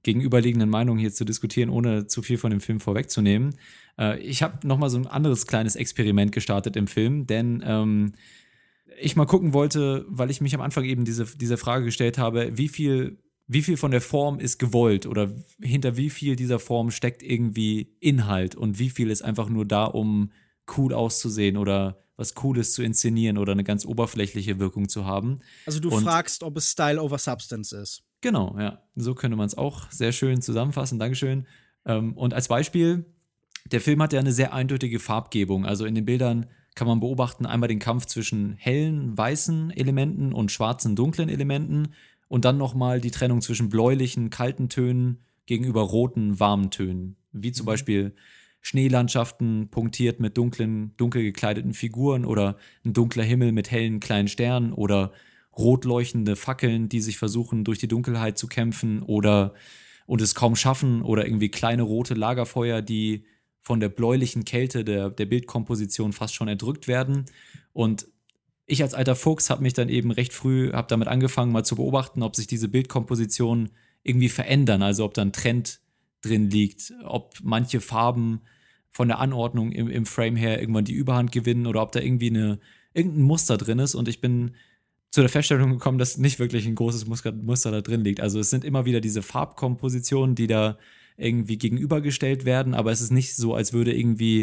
gegenüberliegenden Meinungen hier zu diskutieren, ohne zu viel von dem Film vorwegzunehmen. Ich habe nochmal so ein anderes kleines Experiment gestartet im Film, denn ich mal gucken wollte, weil ich mich am Anfang eben diese Frage gestellt habe, wie viel von der Form ist gewollt oder hinter wie viel dieser Form steckt irgendwie Inhalt und wie viel ist einfach nur da, um cool auszusehen oder was Cooles zu inszenieren oder eine ganz oberflächliche Wirkung zu haben. Also du fragst, ob es Style over Substance ist. Genau, ja. So könnte man es auch sehr schön zusammenfassen. Dankeschön. Und als Beispiel, der Film hat ja eine sehr eindeutige Farbgebung. Also in den Bildern kann man beobachten einmal den Kampf zwischen hellen, weißen Elementen und schwarzen, dunklen Elementen und dann nochmal die Trennung zwischen bläulichen, kalten Tönen gegenüber roten, warmen Tönen. Wie zum Beispiel Schneelandschaften punktiert mit dunkel gekleideten Figuren oder ein dunkler Himmel mit hellen kleinen Sternen oder rot leuchtende Fackeln, die sich versuchen, durch die Dunkelheit zu kämpfen und es kaum schaffen oder irgendwie kleine rote Lagerfeuer, die von der bläulichen Kälte der Bildkomposition fast schon erdrückt werden. Und ich als alter Fuchs habe mich dann eben recht früh, habe damit angefangen, mal zu beobachten, ob sich diese Bildkompositionen irgendwie verändern, also ob da ein Trend drin liegt, ob manche Farben von der Anordnung im Frame her irgendwann die Überhand gewinnen oder ob da irgendwie irgendein Muster drin ist. Und ich bin zu der Feststellung gekommen, dass nicht wirklich ein großes Muster da drin liegt. Also es sind immer wieder diese Farbkompositionen, die da irgendwie gegenübergestellt werden, aber es ist nicht so, als würde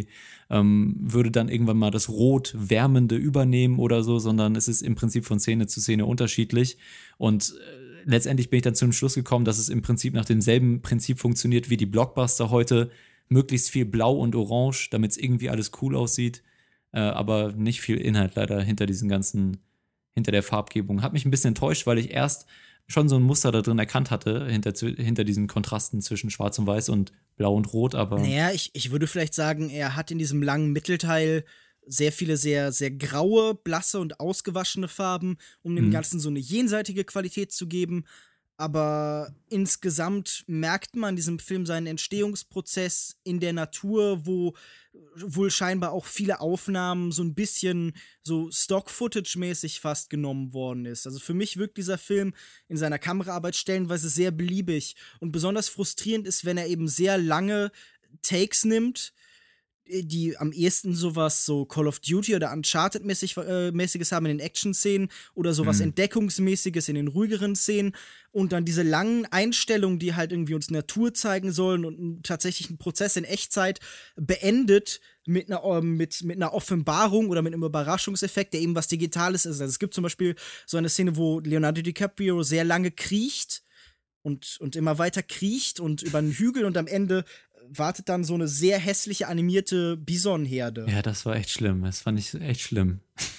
dann irgendwann mal das Rot Wärmende übernehmen oder so, sondern es ist im Prinzip von Szene zu Szene unterschiedlich. Und letztendlich bin ich dann zum Schluss gekommen, dass es im Prinzip nach demselben Prinzip funktioniert wie die Blockbuster heute. Möglichst viel Blau und Orange, damit es irgendwie alles cool aussieht, aber nicht viel Inhalt leider hinter der Farbgebung. Hat mich ein bisschen enttäuscht, weil ich erst schon so ein Muster da drin erkannt hatte, hinter diesen Kontrasten zwischen Schwarz und Weiß und Blau und Rot, aber. Naja, ich würde vielleicht sagen, er hat in diesem langen Mittelteil sehr viele sehr, sehr graue, blasse und ausgewaschene Farben, um dem Ganzen so eine jenseitige Qualität zu geben. Aber insgesamt merkt man diesem Film seinen Entstehungsprozess in der Natur, wo wohl scheinbar auch viele Aufnahmen so ein bisschen so Stock-Footage-mäßig fast genommen worden ist. Also für mich wirkt dieser Film in seiner Kameraarbeit stellenweise sehr beliebig. Und besonders frustrierend ist, wenn er eben sehr lange Takes nimmt, die am ehesten sowas so Call of Duty oder Uncharted-mäßiges haben in den Action-Szenen oder sowas Entdeckungsmäßiges in den ruhigeren Szenen und dann diese langen Einstellungen, die halt irgendwie uns Natur zeigen sollen und tatsächlich einen Prozess in Echtzeit beendet mit einer Offenbarung oder mit einem Überraschungseffekt, der eben was Digitales ist. Also es gibt zum Beispiel so eine Szene, wo Leonardo DiCaprio sehr lange kriecht und immer weiter kriecht und über einen Hügel und am Ende wartet dann so eine sehr hässliche animierte Bisonherde. Ja, das war echt schlimm. Das fand ich echt schlimm.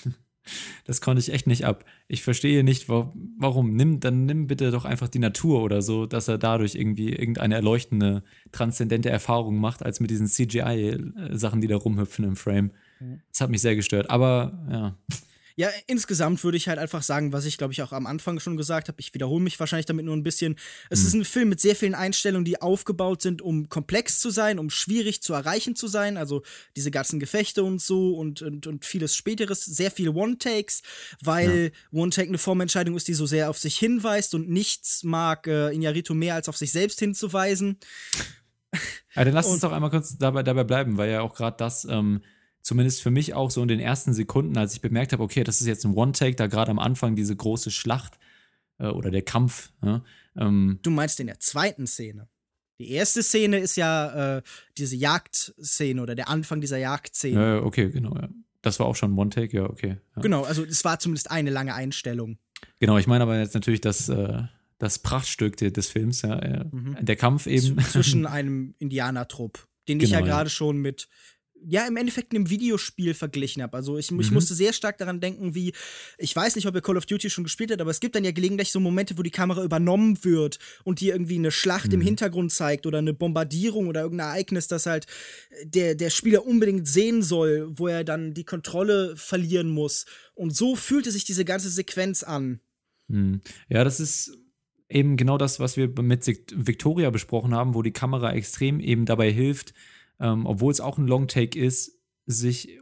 Das konnte ich echt nicht ab. Ich verstehe nicht, warum. Nimm bitte doch einfach die Natur oder so, dass er dadurch irgendwie irgendeine erleuchtende, transzendente Erfahrung macht, als mit diesen CGI-Sachen, die da rumhüpfen im Frame. Das hat mich sehr gestört. Aber, ja. Ja, insgesamt würde ich halt einfach sagen, was ich, glaube ich, auch am Anfang schon gesagt habe. Ich wiederhole mich wahrscheinlich damit nur ein bisschen. Es ist ein Film mit sehr vielen Einstellungen, die aufgebaut sind, um komplex zu sein, um schwierig zu erreichen zu sein. Also diese ganzen Gefechte und so und vieles Späteres. Sehr viel One-Takes, weil One-Take eine Vorentscheidung ist, die so sehr auf sich hinweist und nichts mag Iñárritu mehr, als auf sich selbst hinzuweisen. Ja, dann lass uns doch einmal kurz dabei bleiben, weil ja auch gerade das zumindest für mich auch so in den ersten Sekunden, als ich bemerkt habe, okay, das ist jetzt ein One-Take, da gerade am Anfang diese große Schlacht oder der Kampf. Du meinst in der zweiten Szene. Die erste Szene ist ja diese Jagdszene oder der Anfang dieser Jagdszene. Okay, genau, ja. Das war auch schon ein One-Take, ja, okay. Ja. Genau, also es war zumindest eine lange Einstellung. Genau, ich meine aber jetzt natürlich das Prachtstück des Films, ja, der Kampf eben. Zwischen einem Indianertrupp, den ich ja gerade schon mit im Endeffekt einem Videospiel verglichen habe. Also ich musste sehr stark daran denken, wie, ich weiß nicht, ob ihr Call of Duty schon gespielt habt, aber es gibt dann ja gelegentlich so Momente, wo die Kamera übernommen wird und dir irgendwie eine Schlacht im Hintergrund zeigt oder eine Bombardierung oder irgendein Ereignis, das halt der Spieler unbedingt sehen soll, wo er dann die Kontrolle verlieren muss. Und so fühlte sich diese ganze Sequenz an. Ja, das ist eben genau das, was wir mit Victoria besprochen haben, wo die Kamera extrem eben dabei hilft, obwohl es auch ein Long-Take ist, sich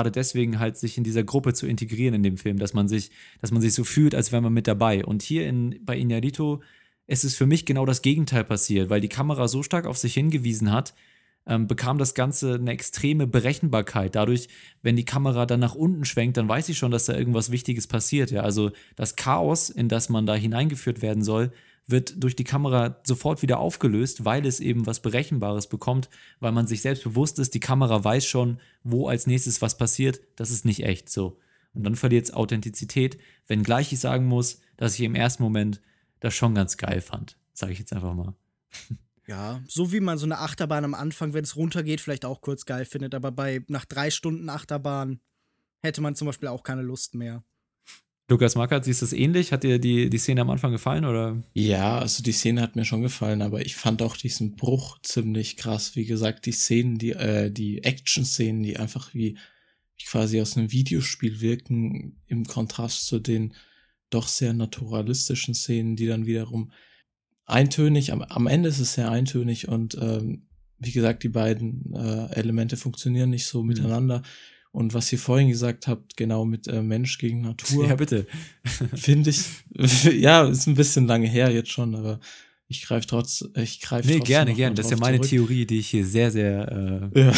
in dieser Gruppe zu integrieren in dem Film, dass man sich so fühlt, als wäre man mit dabei. Und hier bei Iñárritu es ist für mich genau das Gegenteil passiert, weil die Kamera so stark auf sich hingewiesen hat, bekam das Ganze eine extreme Berechenbarkeit. Dadurch, wenn die Kamera dann nach unten schwenkt, dann weiß ich schon, dass da irgendwas Wichtiges passiert. Ja? Also das Chaos, in das man da hineingeführt werden soll, wird durch die Kamera sofort wieder aufgelöst, weil es eben was Berechenbares bekommt, weil man sich selbst bewusst ist, die Kamera weiß schon, wo als nächstes was passiert. Das ist nicht echt so. Und dann verliert es Authentizität, wenngleich ich sagen muss, dass ich im ersten Moment das schon ganz geil fand. Sage ich jetzt einfach mal. Ja, so wie man so eine Achterbahn am Anfang, wenn es runtergeht, vielleicht auch kurz geil findet, aber nach 3 Stunden Achterbahn hätte man zum Beispiel auch keine Lust mehr. Lukas Makert, siehst du es ähnlich? Hat dir die Szene am Anfang gefallen, oder? Ja, also die Szene hat mir schon gefallen, aber ich fand auch diesen Bruch ziemlich krass. Wie gesagt, die Szenen, die Action-Szenen, die einfach wie quasi aus einem Videospiel wirken, im Kontrast zu den doch sehr naturalistischen Szenen, die dann wiederum eintönig, am Ende ist es sehr eintönig und wie gesagt, die beiden Elemente funktionieren nicht so miteinander. Und was ihr vorhin gesagt habt, genau mit Mensch gegen Natur. Ja, bitte. Finde ich, ja, ist ein bisschen lange her jetzt schon, aber ich greife trotzdem. Nee, gerne. Das ist ja meine Theorie, die ich hier sehr, sehr. Ja.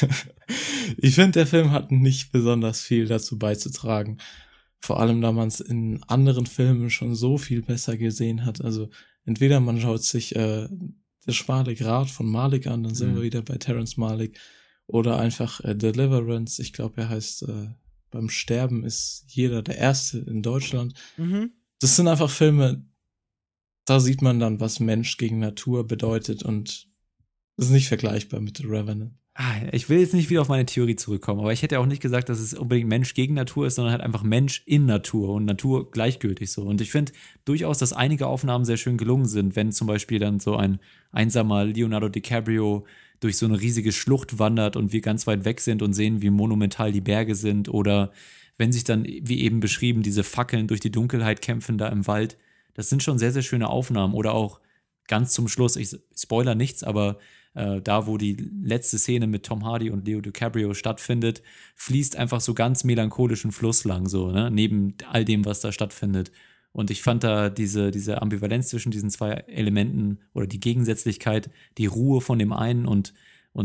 Ich finde, der Film hat nicht besonders viel dazu beizutragen. Vor allem, da man es in anderen Filmen schon so viel besser gesehen hat. Also entweder man schaut sich Der schmale Grat von Malick an, dann sind wir wieder bei Terrence Malick. Oder einfach Deliverance. Ich glaube, er heißt Beim Sterben ist jeder der Erste in Deutschland. Mhm. Das sind einfach Filme, da sieht man dann, was Mensch gegen Natur bedeutet und das ist nicht vergleichbar mit The Revenant. Ich will jetzt nicht wieder auf meine Theorie zurückkommen, aber ich hätte auch nicht gesagt, dass es unbedingt Mensch gegen Natur ist, sondern halt einfach Mensch in Natur und Natur gleichgültig so. Und ich finde durchaus, dass einige Aufnahmen sehr schön gelungen sind, wenn zum Beispiel dann so ein einsamer Leonardo DiCaprio durch so eine riesige Schlucht wandert und wir ganz weit weg sind und sehen, wie monumental die Berge sind, oder wenn sich dann, wie eben beschrieben, diese Fackeln durch die Dunkelheit kämpfen da im Wald. Das sind schon sehr, sehr schöne Aufnahmen. Oder auch ganz zum Schluss, ich spoiler nichts, aber da, wo die letzte Szene mit Tom Hardy und Leo DiCaprio stattfindet, fließt einfach so ganz melancholischen Fluss lang, so, ne? Neben all dem, was da stattfindet. Und ich fand da diese Ambivalenz zwischen diesen zwei Elementen oder die Gegensätzlichkeit, die Ruhe von dem einen und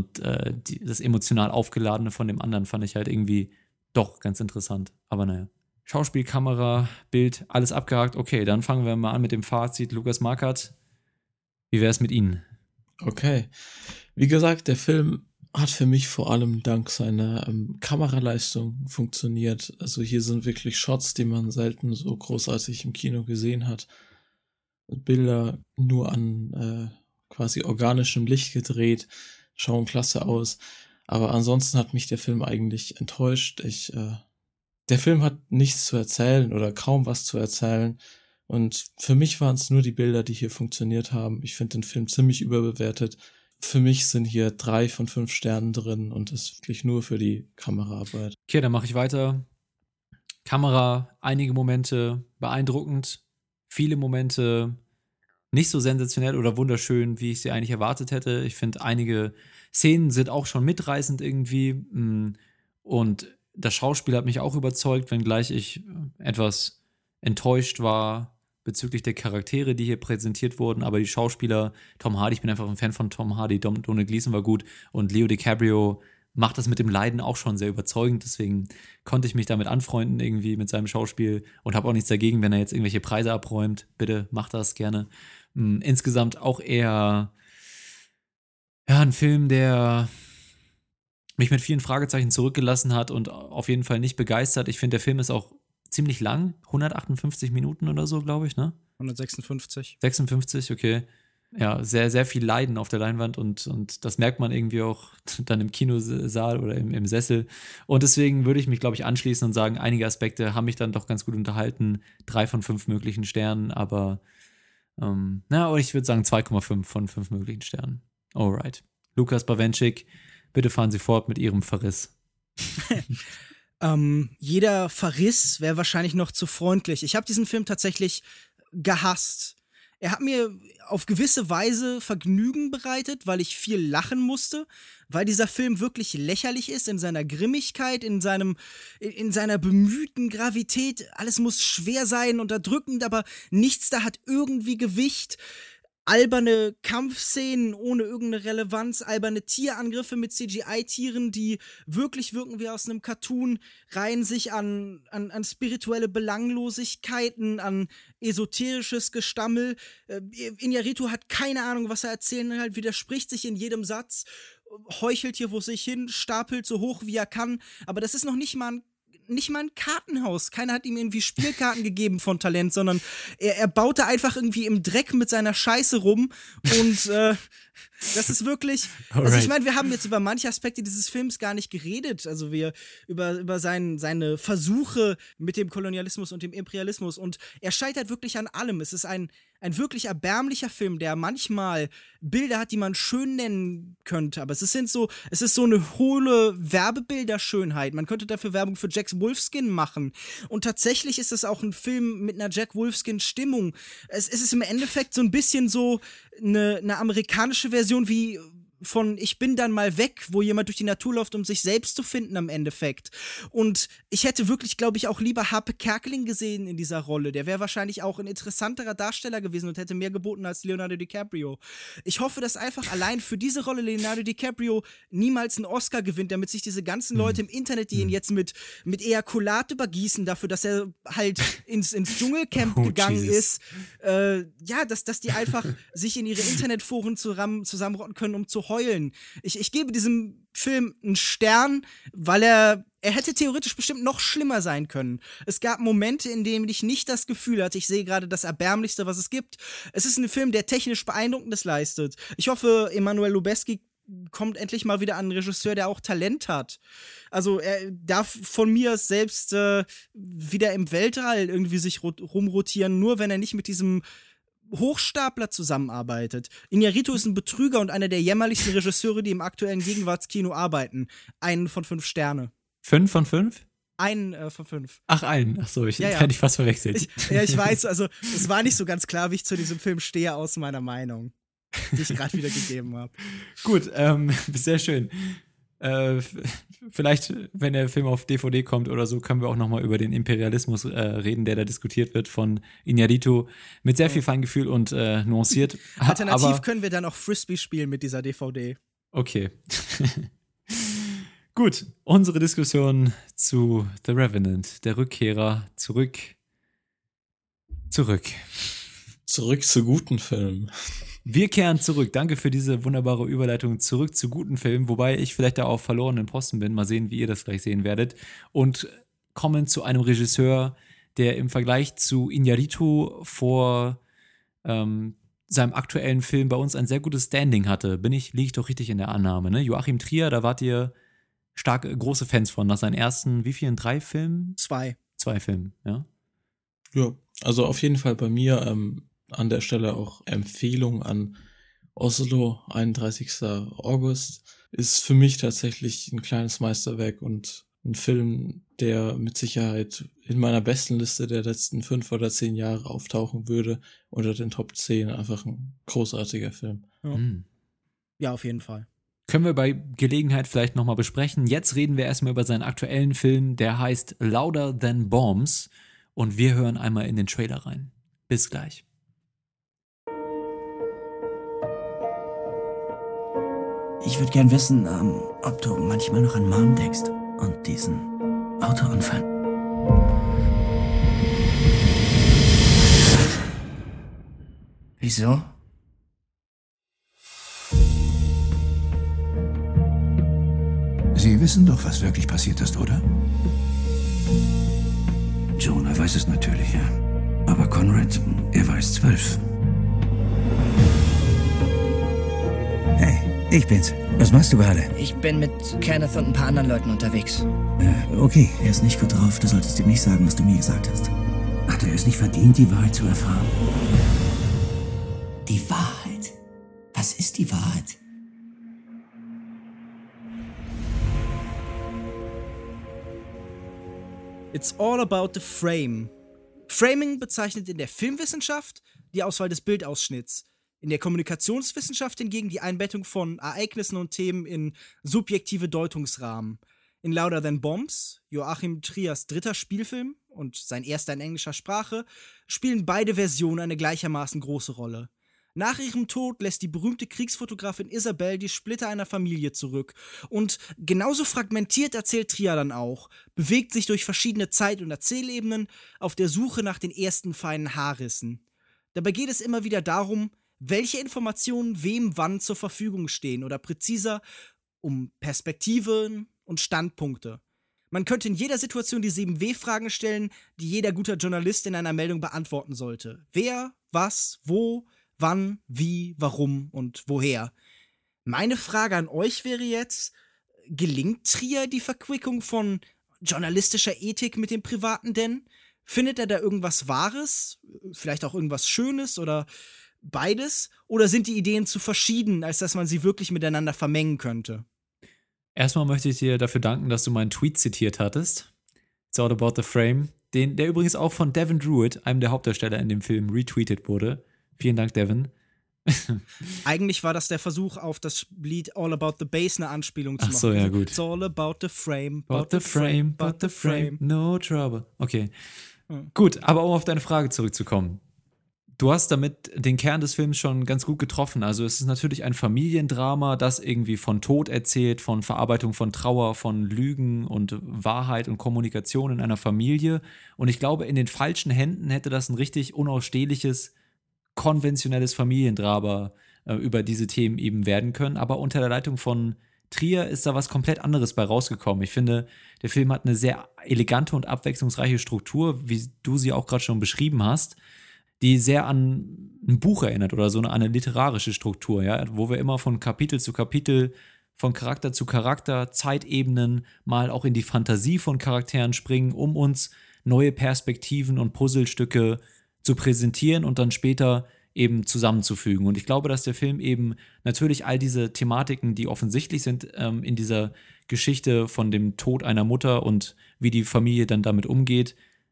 das emotional Aufgeladene von dem anderen, fand ich halt irgendwie doch ganz interessant. Aber naja. Schauspiel, Kamera, Bild, alles abgehakt. Okay, dann fangen wir mal an mit dem Fazit. Lukas Makert, wie wäre es mit Ihnen? Okay. Wie gesagt, der Film hat für mich vor allem dank seiner Kameraleistung funktioniert. Also hier sind wirklich Shots, die man selten so großartig im Kino gesehen hat. Bilder nur an quasi organischem Licht gedreht, schauen klasse aus. Aber ansonsten hat mich der Film eigentlich enttäuscht. Der Film hat nichts zu erzählen oder kaum was zu erzählen. Und für mich waren es nur die Bilder, die hier funktioniert haben. Ich finde den Film ziemlich überbewertet. Für mich sind hier 3 von 5 Sternen drin und das wirklich nur für die Kameraarbeit. Okay, dann mache ich weiter. Kamera, einige Momente beeindruckend, viele Momente nicht so sensationell oder wunderschön, wie ich sie eigentlich erwartet hätte. Ich finde, einige Szenen sind auch schon mitreißend irgendwie. Und das Schauspiel hat mich auch überzeugt, wenngleich ich etwas enttäuscht war bezüglich der Charaktere, die hier präsentiert wurden, aber die Schauspieler, Tom Hardy, ich bin einfach ein Fan von Tom Hardy, Donald Gleason war gut und Leo DiCaprio macht das mit dem Leiden auch schon sehr überzeugend, deswegen konnte ich mich damit anfreunden irgendwie mit seinem Schauspiel und habe auch nichts dagegen, wenn er jetzt irgendwelche Preise abräumt, bitte macht das gerne. Insgesamt auch eher ein Film, der mich mit vielen Fragezeichen zurückgelassen hat und auf jeden Fall nicht begeistert. Ich finde, der Film ist auch ziemlich lang, 158 Minuten oder so, glaube ich, ne? 156. 56, okay. Ja, sehr, sehr viel Leiden auf der Leinwand und das merkt man irgendwie auch dann im Kinosaal oder im Sessel. Und deswegen würde ich mich, glaube ich, anschließen und sagen, einige Aspekte haben mich dann doch ganz gut unterhalten. 3 von 5 möglichen Sternen, aber ich würde sagen 2,5 von 5 möglichen Sternen. Alright. Lukas Bawenschik, bitte fahren Sie fort mit Ihrem Verriss. Jeder Verriss wäre wahrscheinlich noch zu freundlich. Ich habe diesen Film tatsächlich gehasst. Er hat mir auf gewisse Weise Vergnügen bereitet, weil ich viel lachen musste, weil dieser Film wirklich lächerlich ist in seiner Grimmigkeit, in seiner bemühten Gravität. Alles muss schwer sein, unterdrückend, aber nichts da hat irgendwie Gewicht. Alberne Kampfszenen ohne irgendeine Relevanz, alberne Tierangriffe mit CGI-Tieren, die wirklich wirken wie aus einem Cartoon, reihen sich an spirituelle Belanglosigkeiten, an esoterisches Gestammel. Iñárritu hat keine Ahnung, was er erzählen will, widerspricht sich in jedem Satz, heuchelt hier vor sich hin, stapelt so hoch wie er kann, aber das ist noch nicht mal ein Kartenhaus. Keiner hat ihm irgendwie Spielkarten gegeben von Talent, sondern er baute einfach irgendwie im Dreck mit seiner Scheiße rum und das ist wirklich, also ich meine, wir haben jetzt über manche Aspekte dieses Films gar nicht geredet, also wir über seine Versuche mit dem Kolonialismus und dem Imperialismus und er scheitert wirklich an allem. Es ist ein wirklich erbärmlicher Film, der manchmal Bilder hat, die man schön nennen könnte, aber es ist so eine hohle Werbebilderschönheit. Man könnte dafür Werbung für Jack Wolfskin machen. Und tatsächlich ist es auch ein Film mit einer Jack Wolfskin-Stimmung. Es ist im Endeffekt so ein bisschen so eine amerikanische Version wie von Ich bin dann mal weg, wo jemand durch die Natur läuft, um sich selbst zu finden am Endeffekt. Und ich hätte wirklich, glaube ich, auch lieber Harpe Kerkeling gesehen in dieser Rolle. Der wäre wahrscheinlich auch ein interessanterer Darsteller gewesen und hätte mehr geboten als Leonardo DiCaprio. Ich hoffe, dass einfach allein für diese Rolle Leonardo DiCaprio niemals einen Oscar gewinnt, damit sich diese ganzen Leute im Internet, die ihn jetzt mit Ejakulat übergießen dafür, dass er halt ins Dschungelcamp gegangen ist, dass die einfach sich in ihre Internetforen zusammenrotten können, um zu heulen. Ich gebe diesem Film einen Stern, weil er hätte theoretisch bestimmt noch schlimmer sein können. Es gab Momente, in denen ich nicht das Gefühl hatte, ich sehe gerade das Erbärmlichste, was es gibt. Es ist ein Film, der technisch Beeindruckendes leistet. Ich hoffe, Emanuel Lubezki kommt endlich mal wieder an einen Regisseur, der auch Talent hat. Also er darf von mir selbst wieder im Weltall irgendwie sich rumrotieren, nur wenn er nicht mit diesem Hochstapler zusammenarbeitet. Iñárritu ist ein Betrüger und einer der jämmerlichsten Regisseure, die im aktuellen Gegenwartskino arbeiten. 1 von 5 Sterne. 5 von 5? 1 von 5. Ach, einen. Ach so, hätte ich fast verwechselt. Ich weiß, also es war nicht so ganz klar, wie ich zu diesem Film stehe, aus meiner Meinung, die ich gerade wieder gegeben habe. Gut, sehr schön. Vielleicht, wenn der Film auf DVD kommt oder so, können wir auch nochmal über den Imperialismus reden, der da diskutiert wird von Iñárritu mit sehr viel Feingefühl und nuanciert. Alternativ können wir dann auch Frisbee spielen mit dieser DVD. Okay. Gut, unsere Diskussion zu The Revenant, der Rückkehrer, zurück zu guten Filmen. Wir kehren zurück. Danke für diese wunderbare Überleitung zurück zu guten Filmen, wobei ich vielleicht da auf verlorenen Posten bin. Mal sehen, wie ihr das gleich sehen werdet. Und kommen zu einem Regisseur, der im Vergleich zu Iñárritu vor seinem aktuellen Film bei uns ein sehr gutes Standing hatte. Liege ich doch richtig in der Annahme, ne? Joachim Trier, da wart ihr große Fans von, nach seinen ersten, wie vielen? 3 Filmen? 2. 2 Filmen, ja. Ja, also auf jeden Fall bei mir an der Stelle auch Empfehlung an Oslo, 31. August. Ist für mich tatsächlich ein kleines Meisterwerk und ein Film, der mit Sicherheit in meiner besten Liste der letzten 5 oder 10 Jahre auftauchen würde, unter den Top 10. Einfach ein großartiger Film. Ja, ja, auf jeden Fall. Können wir bei Gelegenheit vielleicht nochmal besprechen. Jetzt reden wir erstmal über seinen aktuellen Film, der heißt Louder Than Bombs. Und wir hören einmal in den Trailer rein. Bis gleich. Ich würde gern wissen, ob du manchmal noch an Mom denkst und diesen Autounfall. Wieso? Sie wissen doch, was wirklich passiert ist, oder? Jonah weiß es natürlich, ja. Aber Conrad, er war 12. Hey, ich bin's. Was machst du gerade? Ich bin mit Kenneth und ein paar anderen Leuten unterwegs. Okay. Er ist nicht gut drauf, du solltest ihm nicht sagen, was du mir gesagt hast. Hat er es nicht verdient, die Wahrheit zu erfahren? Die Wahrheit? Was ist die Wahrheit? It's all about the frame. Framing bezeichnet in der Filmwissenschaft die Auswahl des Bildausschnitts. In der Kommunikationswissenschaft hingegen die Einbettung von Ereignissen und Themen in subjektive Deutungsrahmen. In Louder Than Bombs, Joachim Triers dritter Spielfilm und sein erster in englischer Sprache, spielen beide Versionen eine gleichermaßen große Rolle. Nach ihrem Tod lässt die berühmte Kriegsfotografin Isabel die Splitter einer Familie zurück. Und genauso fragmentiert erzählt Trier dann auch, bewegt sich durch verschiedene Zeit- und Erzählebenen auf der Suche nach den ersten feinen Haarrissen. Dabei geht es immer wieder darum, welche Informationen wem wann zur Verfügung stehen oder präziser um Perspektiven und Standpunkte. Man könnte in jeder Situation die 7 W-Fragen stellen, die jeder guter Journalist in einer Meldung beantworten sollte. Wer, was, wo, wann, wie, warum und woher. Meine Frage an euch wäre jetzt, gelingt Trier die Verquickung von journalistischer Ethik mit dem Privaten denn? Findet er da irgendwas Wahres? Vielleicht auch irgendwas Schönes oder beides? Oder sind die Ideen zu verschieden, als dass man sie wirklich miteinander vermengen könnte? Erstmal möchte ich dir dafür danken, dass du meinen Tweet zitiert hattest. It's all about the frame. Der übrigens auch von Devin Druitt, einem der Hauptdarsteller in dem Film, retweetet wurde. Vielen Dank, Devin. Eigentlich war das der Versuch, auf das Lied All About the Bass eine Anspielung zu machen. Ach so, ja, gut. It's all about the frame, About the frame, no trouble. Okay. Gut, aber um auf deine Frage zurückzukommen. Du hast damit den Kern des Films schon ganz gut getroffen. Also es ist natürlich ein Familiendrama, das irgendwie von Tod erzählt, von Verarbeitung von Trauer, von Lügen und Wahrheit und Kommunikation in einer Familie. Und ich glaube, in den falschen Händen hätte das ein richtig unausstehliches, konventionelles Familiendrama über diese Themen eben werden können. Aber unter der Leitung von Trier ist da was komplett anderes bei rausgekommen. Ich finde, der Film hat eine sehr elegante und abwechslungsreiche Struktur, wie du sie auch gerade schon beschrieben hast, die sehr an ein Buch erinnert oder so eine literarische Struktur, ja, wo wir immer von Kapitel zu Kapitel, von Charakter zu Charakter, Zeitebenen, mal auch in die Fantasie von Charakteren springen, um uns neue Perspektiven und Puzzlestücke zu präsentieren und dann später eben zusammenzufügen. Und ich glaube, dass der Film eben natürlich all diese Thematiken, die offensichtlich sind in dieser Geschichte von dem Tod einer Mutter und wie die Familie dann damit umgeht,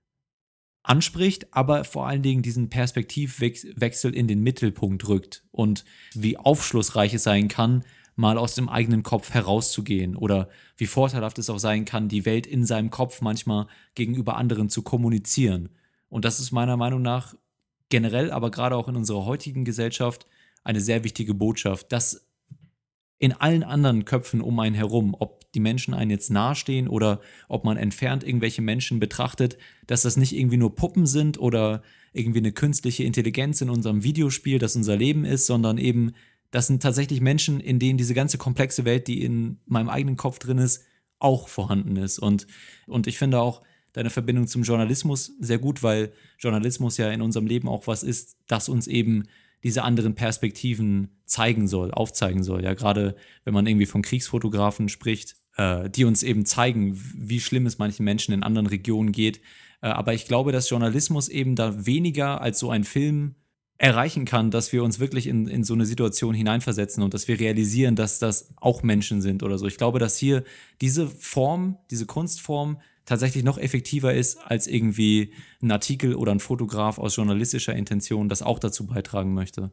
anspricht, aber vor allen Dingen diesen Perspektivwechsel in den Mittelpunkt rückt und wie aufschlussreich es sein kann, mal aus dem eigenen Kopf herauszugehen oder wie vorteilhaft es auch sein kann, die Welt in seinem Kopf manchmal gegenüber anderen zu kommunizieren. Und das ist meiner Meinung nach generell, aber gerade auch in unserer heutigen Gesellschaft eine sehr wichtige Botschaft, dass in allen anderen Köpfen um einen herum, ob die Menschen einen jetzt nahestehen oder ob man entfernt irgendwelche Menschen betrachtet, dass das nicht irgendwie nur Puppen sind oder irgendwie eine künstliche Intelligenz in unserem Videospiel, das unser Leben ist, sondern eben, das sind tatsächlich Menschen, in denen diese ganze komplexe Welt, die in meinem eigenen Kopf drin ist, auch vorhanden ist. Und ich finde auch deine Verbindung zum Journalismus sehr gut, weil Journalismus ja in unserem Leben auch was ist, das uns eben diese anderen Perspektiven zeigen soll, aufzeigen soll. Ja, gerade wenn man irgendwie von Kriegsfotografen spricht, die uns eben zeigen, wie schlimm es manchen Menschen in anderen Regionen geht. Aber ich glaube, dass Journalismus eben da weniger als so ein Film erreichen kann, dass wir uns wirklich in so eine Situation hineinversetzen und dass wir realisieren, dass das auch Menschen sind oder so. Ich glaube, dass hier diese Form, diese Kunstform tatsächlich noch effektiver ist als irgendwie ein Artikel oder ein Fotograf aus journalistischer Intention, das auch dazu beitragen möchte.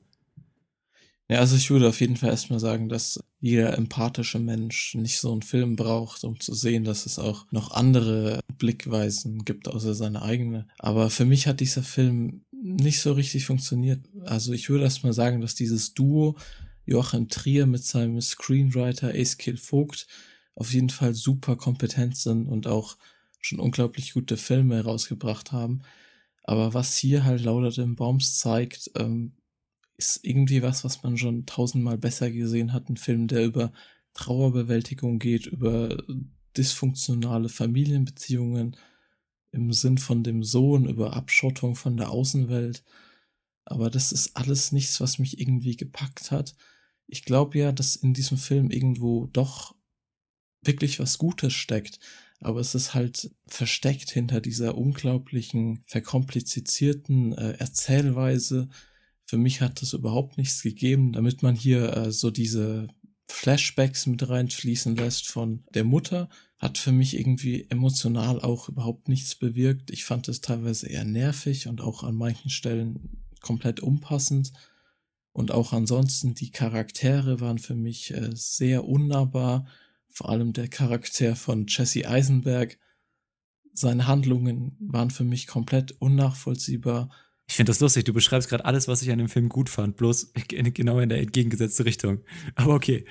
Ja, also ich würde auf jeden Fall erstmal sagen, dass jeder empathische Mensch nicht so einen Film braucht, um zu sehen, dass es auch noch andere Blickweisen gibt, außer seine eigene. Aber für mich hat dieser Film nicht so richtig funktioniert. Also ich würde erstmal sagen, dass dieses Duo Joachim Trier mit seinem Screenwriter Eskil Vogt auf jeden Fall super kompetent sind und auch schon unglaublich gute Filme herausgebracht haben. Aber was hier halt Louder Than Bombs zeigt, ist irgendwie was man schon 1000-mal besser gesehen hat. Ein Film, der über Trauerbewältigung geht, über dysfunktionale Familienbeziehungen im Sinn von dem Sohn, über Abschottung von der Außenwelt. Aber das ist alles nichts, was mich irgendwie gepackt hat. Ich glaube ja, dass in diesem Film irgendwo doch wirklich was Gutes steckt. Aber es ist halt versteckt hinter dieser unglaublichen, verkomplizierten Erzählweise. Für mich hat das überhaupt nichts gegeben, damit man hier so diese Flashbacks mit reinfließen lässt von der Mutter, hat für mich irgendwie emotional auch überhaupt nichts bewirkt. Ich fand es teilweise eher nervig und auch an manchen Stellen komplett unpassend. Und auch ansonsten, die Charaktere waren für mich sehr unnahbar. Vor allem der Charakter von Jesse Eisenberg. Seine Handlungen waren für mich komplett unnachvollziehbar. Ich finde das lustig, du beschreibst gerade alles, was ich an dem Film gut fand, bloß genau in der entgegengesetzte Richtung. Aber okay.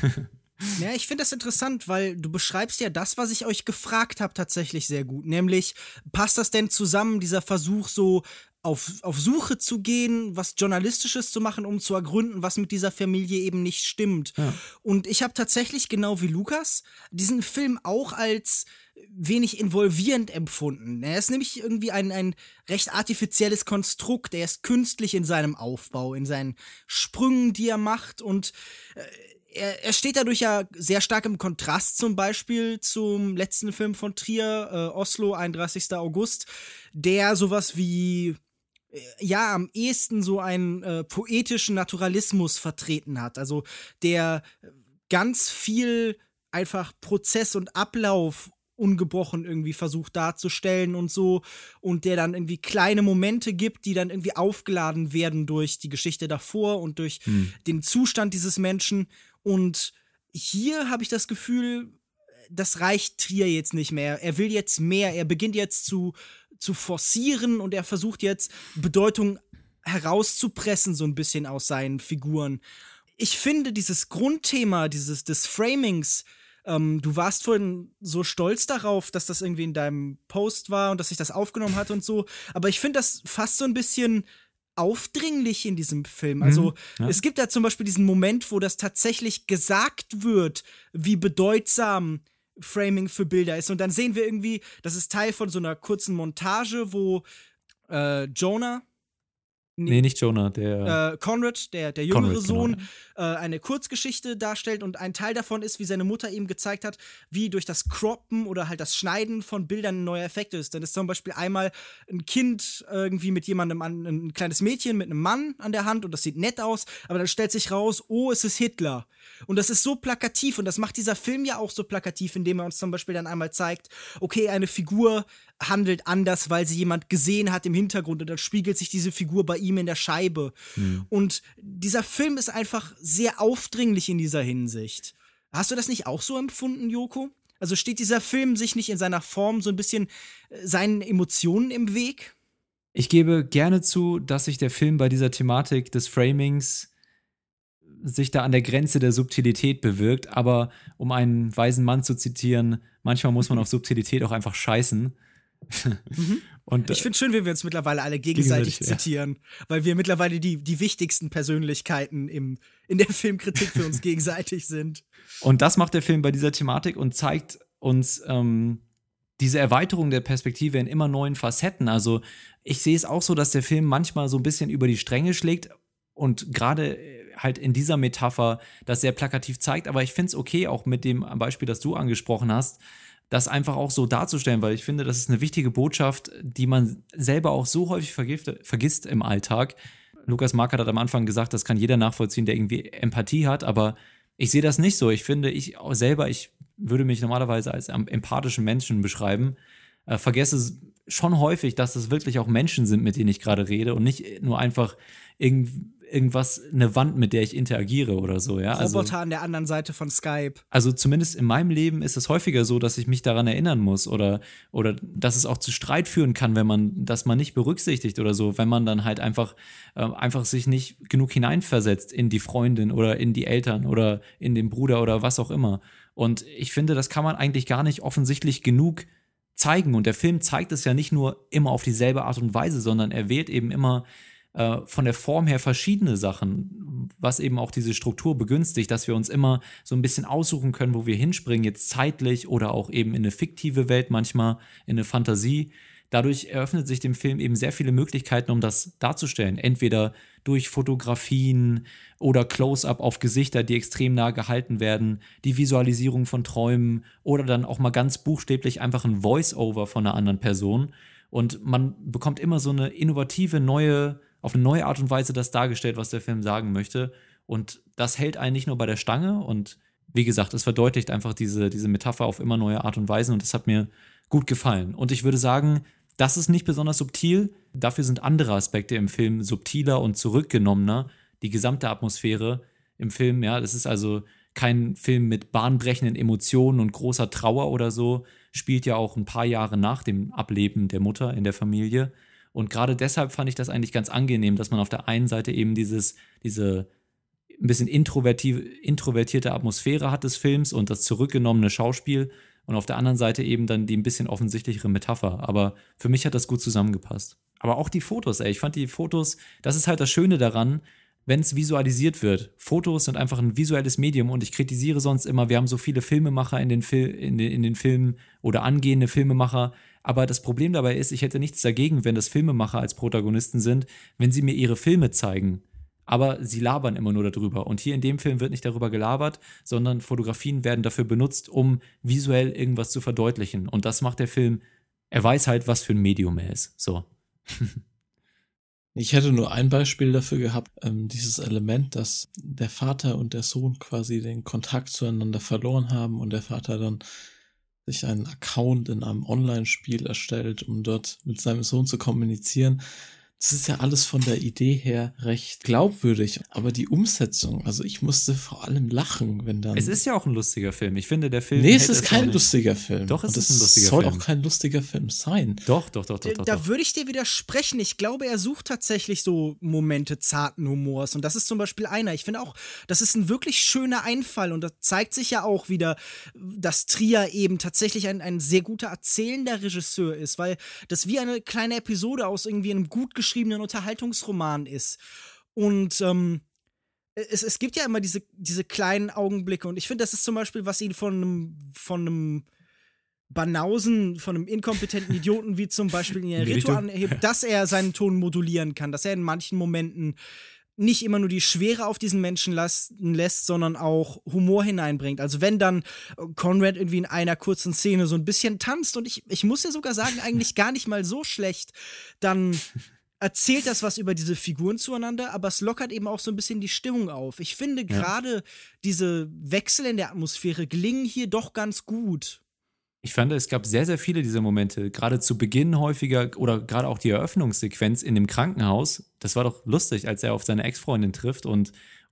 Ja, ich finde das interessant, weil du beschreibst ja das, was ich euch gefragt habe, tatsächlich sehr gut. Nämlich, passt das denn zusammen, dieser Versuch so auf Suche zu gehen, was Journalistisches zu machen, um zu ergründen, was mit dieser Familie eben nicht stimmt. Ja. Und ich habe tatsächlich, genau wie Lukas, diesen Film auch als wenig involvierend empfunden. Er ist nämlich irgendwie ein recht artifizielles Konstrukt. Er ist künstlich in seinem Aufbau, in seinen Sprüngen, die er macht, und er steht dadurch ja sehr stark im Kontrast zum Beispiel zum letzten Film von Trier, Oslo, 31. August, der sowas wie am ehesten so einen poetischen Naturalismus vertreten hat. Also der ganz viel einfach Prozess und Ablauf ungebrochen irgendwie versucht darzustellen und so, und der dann irgendwie kleine Momente gibt, die dann irgendwie aufgeladen werden durch die Geschichte davor und durch den Zustand dieses Menschen. Und hier habe ich das Gefühl, das reicht Trier jetzt nicht mehr. Er will jetzt mehr. Er beginnt jetzt zu forcieren, und er versucht jetzt Bedeutung herauszupressen, so ein bisschen aus seinen Figuren. Ich finde dieses Grundthema des Framings, du warst vorhin so stolz darauf, dass das irgendwie in deinem Post war und dass ich das aufgenommen hatte und so, aber ich finde das fast so ein bisschen aufdringlich in diesem Film. Also es gibt da zum Beispiel diesen Moment, wo das tatsächlich gesagt wird, wie bedeutsam Framing für Bilder ist. Und dann sehen wir irgendwie, das ist Teil von so einer kurzen Montage, wo Jonah, Nee, nicht Jonah, der Conrad, der jüngere Conrad, Sohn, genau, eine Kurzgeschichte darstellt, und ein Teil davon ist, wie seine Mutter ihm gezeigt hat, wie durch das Croppen oder halt das Schneiden von Bildern ein neuer Effekt ist. Dann ist zum Beispiel einmal ein Kind irgendwie mit jemandem ein kleines Mädchen mit einem Mann an der Hand, und das sieht nett aus, aber dann stellt sich raus, oh, es ist Hitler. Und das ist so plakativ, und das macht dieser Film ja auch so plakativ, indem er uns zum Beispiel dann einmal zeigt, okay, eine Figur handelt anders, weil sie jemand gesehen hat im Hintergrund, und dann spiegelt sich diese Figur bei ihm in der Scheibe. Und dieser Film ist einfach sehr aufdringlich in dieser Hinsicht. Hast du das nicht auch so empfunden, Joko? Also steht dieser Film sich nicht in seiner Form so ein bisschen seinen Emotionen im Weg? Ich gebe gerne zu, dass sich der Film bei dieser Thematik des Framings sich da an der Grenze der Subtilität bewirkt, aber um einen weisen Mann zu zitieren, manchmal muss man auf Subtilität auch einfach scheißen. Und, ich finde es schön, wenn wir uns mittlerweile alle gegenseitig zitieren, weil wir mittlerweile die wichtigsten Persönlichkeiten in der Filmkritik für uns gegenseitig sind. Und das macht der Film bei dieser Thematik und zeigt uns diese Erweiterung der Perspektive in immer neuen Facetten. Also ich sehe es auch so, dass der Film manchmal so ein bisschen über die Stränge schlägt und gerade halt in dieser Metapher das sehr plakativ zeigt, aber ich finde es okay, auch mit dem Beispiel, das du angesprochen hast, das einfach auch so darzustellen, weil ich finde, das ist eine wichtige Botschaft, die man selber auch so häufig vergisst im Alltag. Lukas Markert hat am Anfang gesagt, das kann jeder nachvollziehen, der irgendwie Empathie hat, aber ich sehe das nicht so. Ich finde, ich würde mich normalerweise als empathischen Menschen beschreiben, vergesse schon häufig, dass das wirklich auch Menschen sind, mit denen ich gerade rede und nicht nur einfach irgendwas, eine Wand, mit der ich interagiere oder so, ja. Roboter an der anderen Seite von Skype. Also zumindest in meinem Leben ist es häufiger so, dass ich mich daran erinnern muss oder dass es auch zu Streit führen kann, wenn man das mal nicht berücksichtigt oder so, wenn man dann halt einfach sich nicht genug hineinversetzt in die Freundin oder in die Eltern oder in den Bruder oder was auch immer. Und ich finde, das kann man eigentlich gar nicht offensichtlich genug zeigen. Und der Film zeigt es ja nicht nur immer auf dieselbe Art und Weise, sondern er wählt eben immer von der Form her verschiedene Sachen, was eben auch diese Struktur begünstigt, dass wir uns immer so ein bisschen aussuchen können, wo wir hinspringen, jetzt zeitlich oder auch eben in eine fiktive Welt, manchmal in eine Fantasie. Dadurch eröffnet sich dem Film eben sehr viele Möglichkeiten, um das darzustellen. Entweder durch Fotografien oder Close-up auf Gesichter, die extrem nah gehalten werden, die Visualisierung von Träumen oder dann auch mal ganz buchstäblich einfach ein Voice-Over von einer anderen Person. Und man bekommt immer so eine innovative, auf eine neue Art und Weise das dargestellt, was der Film sagen möchte. Und das hält einen nicht nur bei der Stange. Und wie gesagt, es verdeutlicht einfach diese Metapher auf immer neue Art und Weisen. Und das hat mir gut gefallen. Und ich würde sagen, Das ist nicht besonders subtil, dafür sind andere Aspekte im Film subtiler und zurückgenommener. Die gesamte Atmosphäre im Film, ja, das ist also kein Film mit bahnbrechenden Emotionen und großer Trauer oder so, spielt ja auch ein paar Jahre nach dem Ableben der Mutter in der Familie. Und gerade deshalb fand ich das eigentlich ganz angenehm, dass man auf der einen Seite eben diese ein bisschen introvertierte Atmosphäre hat des Films und das zurückgenommene Schauspiel und auf der anderen Seite eben dann die ein bisschen offensichtlichere Metapher. Aber für mich hat das gut zusammengepasst. Aber auch die Fotos, ich fand die Fotos, das ist halt das Schöne daran, wenn es visualisiert wird. Fotos sind einfach ein visuelles Medium und ich kritisiere sonst immer, wir haben so viele Filmemacher in den Filmen oder angehende Filmemacher, aber das Problem dabei ist, ich hätte nichts dagegen, wenn das Filmemacher als Protagonisten sind, wenn sie mir ihre Filme zeigen. Aber sie labern immer nur darüber. Und hier in dem Film wird nicht darüber gelabert, sondern Fotografien werden dafür benutzt, um visuell irgendwas zu verdeutlichen. Und das macht der Film, er weiß halt, was für ein Medium er ist. So. Ich hätte nur ein Beispiel dafür gehabt, dieses Element, dass der Vater und der Sohn quasi den Kontakt zueinander verloren haben und der Vater dann sich einen Account in einem Online-Spiel erstellt, um dort mit seinem Sohn zu kommunizieren. Das ist ja alles von der Idee her recht glaubwürdig, aber die Umsetzung, also ich musste vor allem lachen, wenn dann... Es ist ja auch ein lustiger Film. Ich finde, der Film... Nee, es ist kein lustiger Film. Doch, es ist ein lustiger Film. Film. Soll auch kein lustiger Film sein. Doch. Da würde ich dir widersprechen. Ich glaube, er sucht tatsächlich so Momente zarten Humors. Und das ist zum Beispiel einer. Ich finde auch, das ist ein wirklich schöner Einfall. Und das zeigt sich ja auch wieder, dass Trier eben tatsächlich ein sehr guter erzählender Regisseur ist. Weil das wie eine kleine Episode aus irgendwie einem gut geschriebenen Unterhaltungsroman ist. Und es gibt ja immer diese kleinen Augenblicke. Und ich finde, das ist zum Beispiel, was ihn von einem Banausen, von einem inkompetenten Idioten wie zum Beispiel in Inarritu anhebt, dass er seinen Ton modulieren kann, dass er in manchen Momenten nicht immer nur die Schwere auf diesen Menschen lässt, sondern auch Humor hineinbringt. Also wenn dann Conrad irgendwie in einer kurzen Szene so ein bisschen tanzt und ich muss ja sogar sagen, eigentlich gar nicht mal so schlecht, dann erzählt das was über diese Figuren zueinander, aber es lockert eben auch so ein bisschen die Stimmung auf. Ich finde gerade diese Wechsel in der Atmosphäre gelingen hier doch ganz gut. Ich fand, es gab sehr, sehr viele dieser Momente, gerade zu Beginn häufiger oder gerade auch die Eröffnungssequenz in dem Krankenhaus. Das war doch lustig, als er auf seine Ex-Freundin trifft und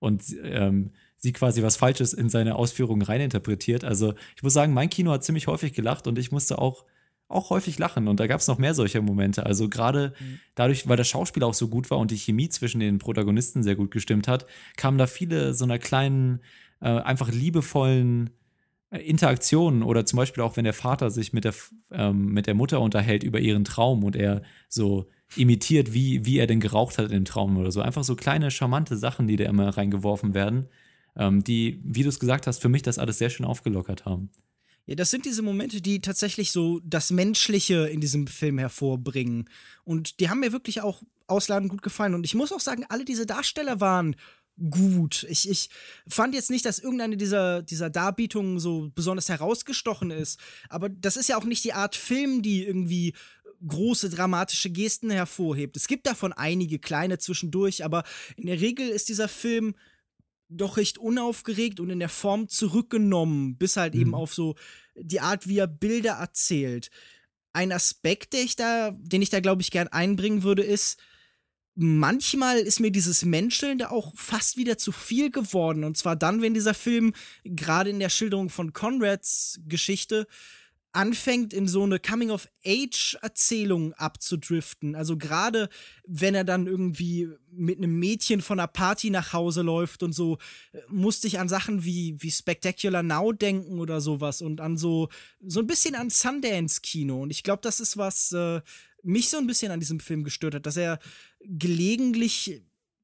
sie quasi was Falsches in seine Ausführungen reininterpretiert. Also ich muss sagen, mein Kino hat ziemlich häufig gelacht und ich musste auch häufig lachen und da gab es noch mehr solcher Momente. Also gerade dadurch, weil das Schauspiel auch so gut war und die Chemie zwischen den Protagonisten sehr gut gestimmt hat, kamen da viele so einer kleinen, einfach liebevollen Interaktionen oder zum Beispiel auch, wenn der Vater sich mit der Mutter unterhält über ihren Traum und er so imitiert, wie er denn geraucht hat in dem Traum oder so. Einfach so kleine, charmante Sachen, die da immer reingeworfen werden, die, wie du es gesagt hast, für mich das alles sehr schön aufgelockert haben. Ja, das sind diese Momente, die tatsächlich so das Menschliche in diesem Film hervorbringen. Und die haben mir wirklich auch ausladend gut gefallen. Und ich muss auch sagen, alle diese Darsteller waren gut. Ich fand jetzt nicht, dass irgendeine dieser Darbietungen so besonders herausgestochen ist. Aber das ist ja auch nicht die Art Film, die irgendwie große dramatische Gesten hervorhebt. Es gibt davon einige kleine zwischendurch, aber in der Regel ist dieser Film doch recht unaufgeregt und in der Form zurückgenommen, bis halt eben auf so die Art, wie er Bilder erzählt. Ein Aspekt, den ich da, glaube ich, gern einbringen würde, ist, manchmal ist mir dieses Menscheln da auch fast wieder zu viel geworden. Und zwar dann, wenn dieser Film gerade in der Schilderung von Conrads Geschichte anfängt, in so eine Coming-of-Age-Erzählung abzudriften. Also gerade, wenn er dann irgendwie mit einem Mädchen von einer Party nach Hause läuft und so, musste ich an Sachen wie Spectacular Now denken oder sowas und an so ein bisschen an Sundance-Kino. Und ich glaube, das ist was mich so ein bisschen an diesem Film gestört hat, dass er gelegentlich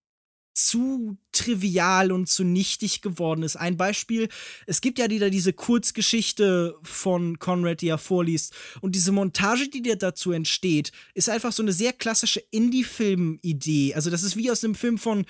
zu trivial und zu nichtig geworden ist. Ein Beispiel, es gibt ja wieder diese Kurzgeschichte von Conrad, die er vorliest, und diese Montage, die dir dazu entsteht, ist einfach so eine sehr klassische Indie-Film-Idee. Also das ist wie aus einem Film von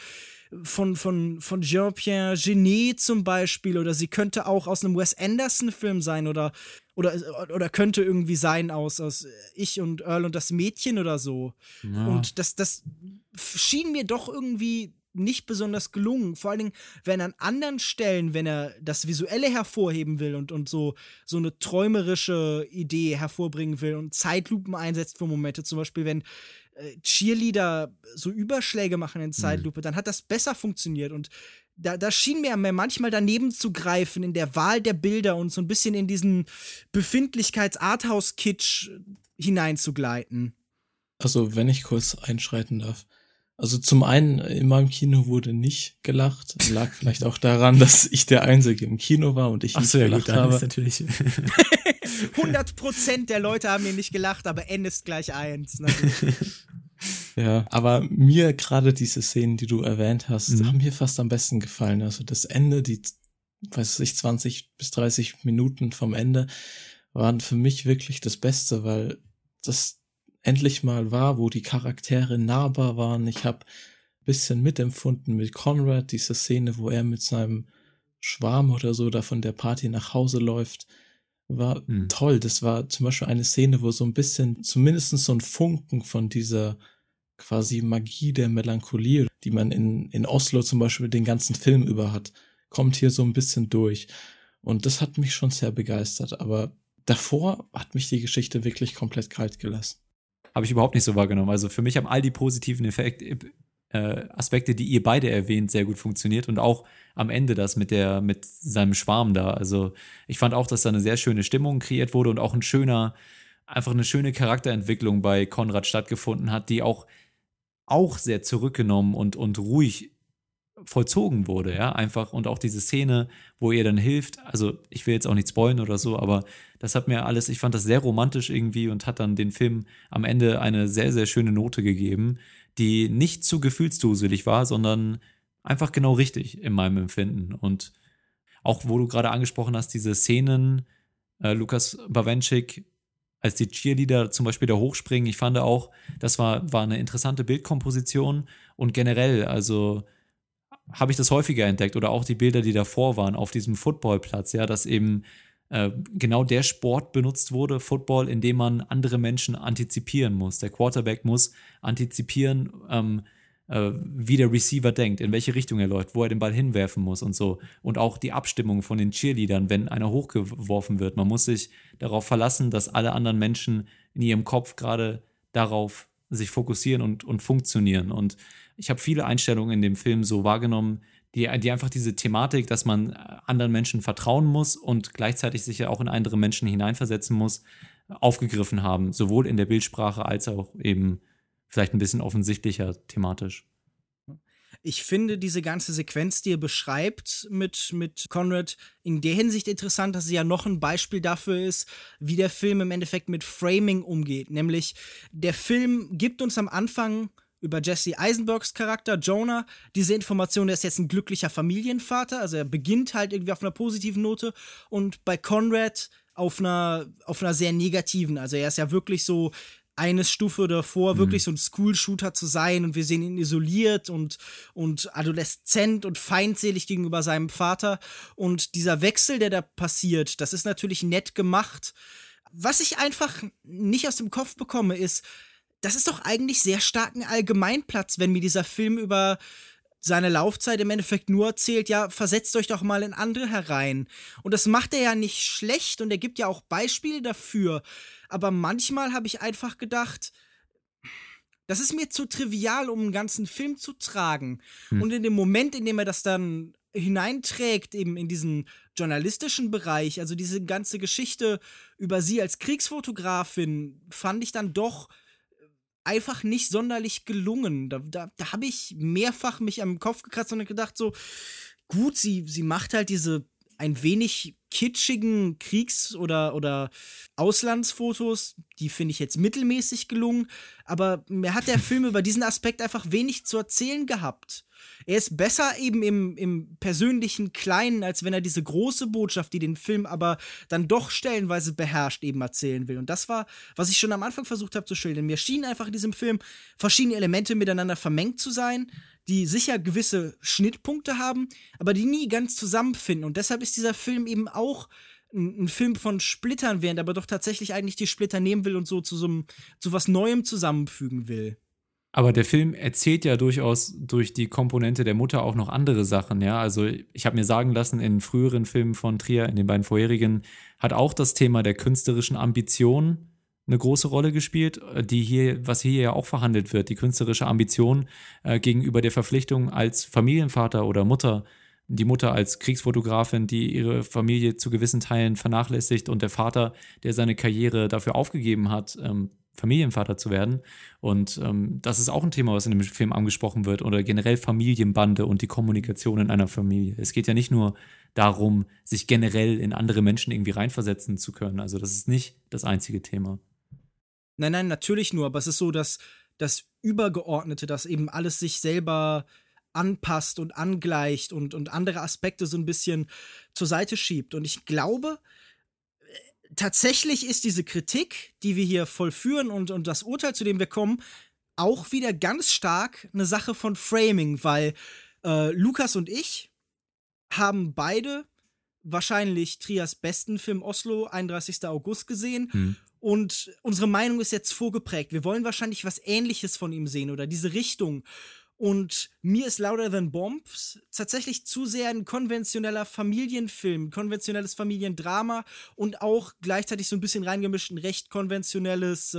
Jean-Pierre Jeunet zum Beispiel, oder sie könnte auch aus einem Wes Anderson-Film sein oder könnte irgendwie sein aus Ich und Earl und das Mädchen oder so. Ja. Und das schien mir doch irgendwie nicht besonders gelungen. Vor allen Dingen, wenn an anderen Stellen, wenn er das Visuelle hervorheben will und so eine träumerische Idee hervorbringen will und Zeitlupen einsetzt für Momente, zum Beispiel, wenn Cheerleader so Überschläge machen in Zeitlupe, dann hat das besser funktioniert. Und da schien mir manchmal daneben zu greifen in der Wahl der Bilder und so ein bisschen in diesen Befindlichkeits-Arthouse-Kitsch hineinzugleiten. Also, wenn ich kurz einschreiten darf. Also zum einen, in meinem Kino wurde nicht gelacht. Lag vielleicht auch daran, dass ich der Einzige im Kino war und ich nicht gelacht habe. Ist natürlich 100% der Leute haben hier nicht gelacht, aber N ist gleich 1. Ja, aber mir gerade diese Szenen, die du erwähnt hast, haben mir fast am besten gefallen. Also das Ende, die, 20 bis 30 Minuten vom Ende waren für mich wirklich das Beste, weil das endlich mal war, wo die Charaktere nahbar waren. Ich habe ein bisschen mitempfunden mit Conrad, diese Szene, wo er mit seinem Schwarm oder so da von der Party nach Hause läuft, war toll. Das war zum Beispiel eine Szene, wo so ein bisschen, zumindest so ein Funken von dieser quasi Magie der Melancholie, die man in Oslo zum Beispiel den ganzen Film über hat, kommt hier so ein bisschen durch. Und das hat mich schon sehr begeistert. Aber davor hat mich die Geschichte wirklich komplett kalt gelassen. Habe ich überhaupt nicht so wahrgenommen. Also für mich haben all die positiven Aspekte, die ihr beide erwähnt, sehr gut funktioniert und auch am Ende das mit seinem Schwarm da. Also ich fand auch, dass da eine sehr schöne Stimmung kreiert wurde und auch einfach eine schöne Charakterentwicklung bei Conrad stattgefunden hat, die auch sehr zurückgenommen und ruhig vollzogen wurde, ja, einfach. Und auch diese Szene, wo ihr dann hilft, also ich will jetzt auch nicht spoilen oder so, aber das hat mir alles, ich fand das sehr romantisch irgendwie und hat dann den Film am Ende eine sehr, sehr schöne Note gegeben, die nicht zu gefühlsduselig war, sondern einfach genau richtig in meinem Empfinden. Und auch, wo du gerade angesprochen hast, diese Szenen, Lukas Bawenschik, als die Cheerleader zum Beispiel da hochspringen, ich fand auch, das war eine interessante Bildkomposition und generell, also habe ich das häufiger entdeckt oder auch die Bilder, die davor waren auf diesem Footballplatz, ja, dass eben genau der Sport benutzt wurde, Football, in dem man andere Menschen antizipieren muss. Der Quarterback muss antizipieren, wie der Receiver denkt, in welche Richtung er läuft, wo er den Ball hinwerfen muss und so. Und auch die Abstimmung von den Cheerleadern, wenn einer hochgeworfen wird. Man muss sich darauf verlassen, dass alle anderen Menschen in ihrem Kopf gerade darauf sich fokussieren und funktionieren. Und ich habe viele Einstellungen in dem Film so wahrgenommen, die einfach diese Thematik, dass man anderen Menschen vertrauen muss und gleichzeitig sich ja auch in andere Menschen hineinversetzen muss, aufgegriffen haben. Sowohl in der Bildsprache als auch eben vielleicht ein bisschen offensichtlicher thematisch. Ich finde diese ganze Sequenz, die ihr beschreibt mit Conrad, in der Hinsicht interessant, dass sie ja noch ein Beispiel dafür ist, wie der Film im Endeffekt mit Framing umgeht. Nämlich, der Film gibt uns am Anfang über Jesse Eisenbergs Charakter, Jonah, diese Information, er ist jetzt ein glücklicher Familienvater, also er beginnt halt irgendwie auf einer positiven Note und bei Conrad auf einer sehr negativen, also er ist ja wirklich so eine Stufe davor, wirklich so ein School-Shooter zu sein und wir sehen ihn isoliert und adoleszent und feindselig gegenüber seinem Vater und dieser Wechsel, der da passiert, das ist natürlich nett gemacht. Was ich einfach nicht aus dem Kopf bekomme, ist, das ist doch eigentlich sehr stark ein Allgemeinplatz, wenn mir dieser Film über seine Laufzeit im Endeffekt nur erzählt, ja, versetzt euch doch mal in andere herein. Und das macht er ja nicht schlecht und er gibt ja auch Beispiele dafür. Aber manchmal habe ich einfach gedacht, das ist mir zu trivial, um einen ganzen Film zu tragen. Und in dem Moment, in dem er das dann hineinträgt, eben in diesen journalistischen Bereich, also diese ganze Geschichte über sie als Kriegsfotografin, fand ich dann doch einfach nicht sonderlich gelungen. Da habe ich mehrfach mich am Kopf gekratzt und gedacht so, gut, sie macht halt diese ein wenig kitschigen Kriegs- oder Auslandsfotos, die finde ich jetzt mittelmäßig gelungen, aber mir hat der Film über diesen Aspekt einfach wenig zu erzählen gehabt. Er ist besser eben im persönlichen Kleinen, als wenn er diese große Botschaft, die den Film aber dann doch stellenweise beherrscht, eben erzählen will. Und das war, was ich schon am Anfang versucht habe zu schildern. Mir schienen einfach in diesem Film verschiedene Elemente miteinander vermengt zu sein, die sicher gewisse Schnittpunkte haben, aber die nie ganz zusammenfinden. Und deshalb ist dieser Film eben auch ein Film von Splittern, während er aber doch tatsächlich eigentlich die Splitter nehmen will und so zu was Neuem zusammenfügen will. Aber der Film erzählt ja durchaus durch die Komponente der Mutter auch noch andere Sachen, ja. Also ich habe mir sagen lassen, in früheren Filmen von Trier, in den beiden vorherigen, hat auch das Thema der künstlerischen Ambition eine große Rolle gespielt, was hier ja auch verhandelt wird, die künstlerische Ambition gegenüber der Verpflichtung als Familienvater oder Mutter, die Mutter als Kriegsfotografin, die ihre Familie zu gewissen Teilen vernachlässigt und der Vater, der seine Karriere dafür aufgegeben hat, Familienvater zu werden. Und das ist auch ein Thema, was in dem Film angesprochen wird, oder generell Familienbande und die Kommunikation in einer Familie. Es geht ja nicht nur darum, sich generell in andere Menschen irgendwie reinversetzen zu können. Also das ist nicht das einzige Thema. Nein, natürlich nur, aber es ist so, dass das Übergeordnete, dass eben alles sich selber anpasst und angleicht und andere Aspekte so ein bisschen zur Seite schiebt. Und ich glaube, tatsächlich ist diese Kritik, die wir hier vollführen und das Urteil, zu dem wir kommen, auch wieder ganz stark eine Sache von Framing, weil Lukas und ich haben beide wahrscheinlich Triers besten Film Oslo, 31. August, gesehen. Und unsere Meinung ist jetzt vorgeprägt. Wir wollen wahrscheinlich was Ähnliches von ihm sehen oder diese Richtung. Und mir ist Louder Than Bombs tatsächlich zu sehr ein konventioneller Familienfilm, konventionelles Familiendrama und auch gleichzeitig so ein bisschen reingemischt ein recht konventionelles